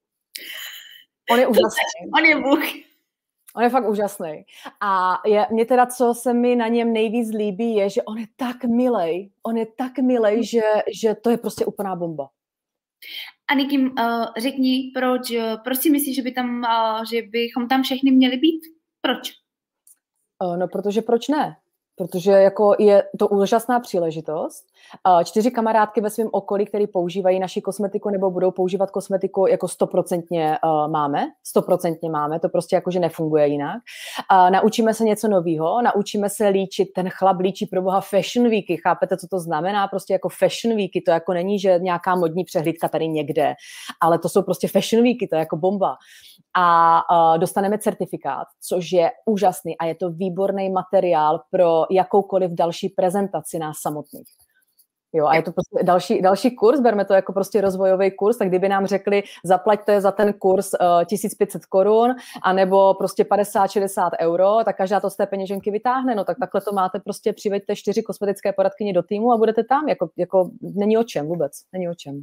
B: On je úžasný.
A: On je bůh.
B: On je fakt úžasný. A je, mě teda, co se mi na něm nejvíc líbí, je, že on je tak milej. On je tak milej, že, že to je prostě úplná bomba.
A: A Niky, uh, řekni, proč, proč si myslíš, že, by tam, uh, že bychom tam všechny měli být? Proč?
B: Uh, no, protože proč ne? Protože jako je to úžasná příležitost. Čtyři kamarádky ve svém okolí, které používají naši kosmetiku nebo budou používat kosmetiku, jako stoprocentně uh, máme. Stoprocentně máme, to prostě jakože nefunguje jinak. Uh, naučíme se něco nového, naučíme se líčit, ten chlap líčí pro boha fashion weeky, chápete, co to znamená? Prostě jako fashion weeky, to jako není, že nějaká modní přehlídka tady někde, ale to jsou prostě fashion weeky, to je jako bomba. A uh, dostaneme certifikát, což je úžasný a je to výborný materiál pro jakoukoliv další prezentaci nás samotných. Jo, a je to prostě další, další kurz, berme to jako prostě rozvojový kurz, tak kdyby nám řekli, zaplaťte za ten kurz uh, tisíc pět set korun, anebo prostě padesát šedesát euro, tak každá to z té peněženky vytáhne, no tak takhle to máte, prostě přiveďte čtyři kosmetické poradkyně do týmu a budete tam, jako, jako není o čem vůbec, není o čem.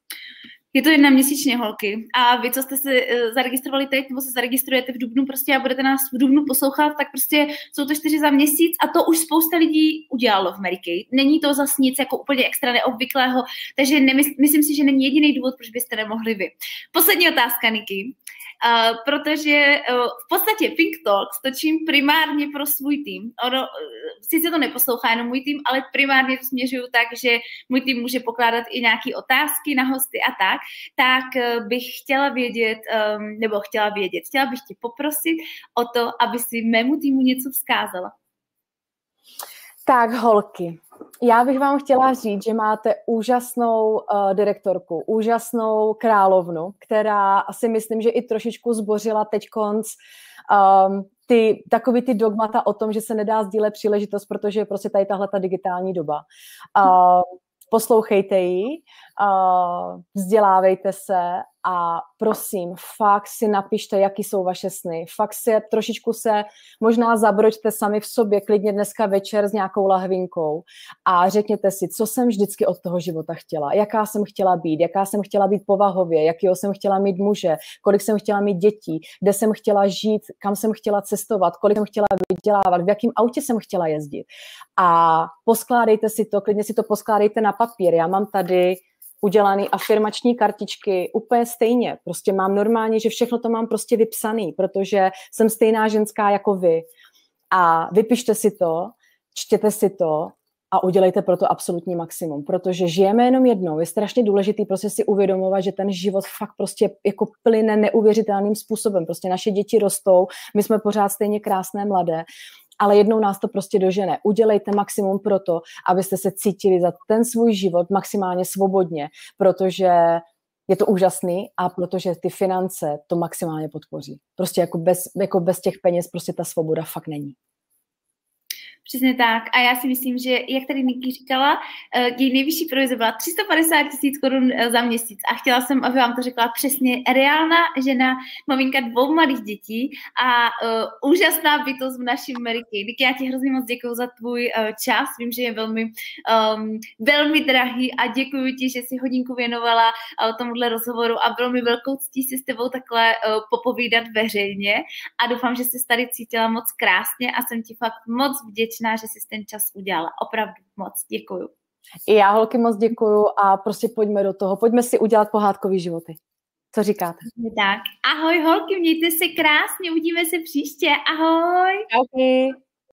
A: Je to jedna měsíčně, holky. A vy, co jste se zaregistrovali teď, nebo se zaregistrujete v dubnu prostě a budete nás v dubnu poslouchat, tak prostě jsou to čtyři za měsíc a to už spousta lidí udělalo v Americe. Není to zas nic jako úplně extra neobvyklého, takže nemysl, myslím si, že není jediný důvod, proč byste nemohli vy. Poslední otázka, Niky. Uh, protože uh, v podstatě Pink Talks točím primárně pro svůj tým. Ono, uh, sice to neposlouchá jenom můj tým, ale primárně to směřuju tak, že můj tým může pokládat i nějaké otázky na hosty a tak. Tak uh, bych chtěla vědět, um, nebo chtěla vědět, chtěla bych tě poprosit o to, aby si mému týmu něco vzkázala.
B: Tak, holky, Já bych vám chtěla říct, že máte úžasnou uh, direktorku, úžasnou královnu, která asi myslím, že i trošičku zbořila teďkonc um, ty, takový ty dogmata o tom, že se nedá sdílet příležitost, protože je prostě tady tahle ta digitální doba. Uh, poslouchejte ji, uh, vzdělávejte se a prosím, fakt si napište, jaký jsou vaše sny. Fakt si trošičku se možná zabroďte sami v sobě, klidně dneska večer s nějakou lahvinkou a řekněte si, co jsem vždycky od toho života chtěla, jaká jsem chtěla být, jaká jsem chtěla být povahově, jakýho jsem chtěla mít muže, kolik jsem chtěla mít dětí, kde jsem chtěla žít, kam jsem chtěla cestovat, kolik jsem chtěla vydělávat, v jakém autě jsem chtěla jezdit. A poskládejte si to, klidně si to poskládejte na papír. Já mám tady udělaný afirmační kartičky úplně stejně. Prostě mám normálně, že všechno to mám prostě vypsaný, protože jsem stejná ženská jako vy. A vypište si to, čtěte si to a udělejte pro to absolutní maximum, protože žijeme jenom jednou. Je strašně důležitý prostě si uvědomovat, že ten život fakt prostě jako plyne neuvěřitelným způsobem. Prostě naše děti rostou, my jsme pořád stejně krásné, mladé, ale jednou nás to prostě dožene. Udělejte maximum pro to, abyste se cítili za ten svůj život maximálně svobodně, protože je to úžasný a protože ty finance to maximálně podpoří. Prostě jako bez, jako bez těch peněz prostě ta svoboda fakt není.
A: Přesně tak. A já si myslím, že, jak tady Niky říkala, její nejvyšší provize byla tři sta padesát tisíc korun za měsíc. A chtěla jsem, aby vám to řekla přesně reálná žena, maminka dvou malých dětí a uh, úžasná bytost v naší Americe. Niky, já ti hrozně moc děkuju za tvůj uh, čas. Vím, že je velmi, um, velmi drahý a děkuji ti, že jsi hodinku věnovala uh, tomuhle rozhovoru a bylo mi velkou ctí si s tebou takhle uh, popovídat veřejně a doufám, že jsi tady cítila moc krásně a jsem ti fakt moc vděčná, že jsi ten čas udělala. Opravdu moc děkuju.
B: I já, holky, moc děkuju a prostě pojďme do toho. Pojďme si udělat pohádkový životy. Co říkáte?
A: Tak. Ahoj, holky, mějte se krásně, uvidíme se příště. Ahoj.
B: Ahoj.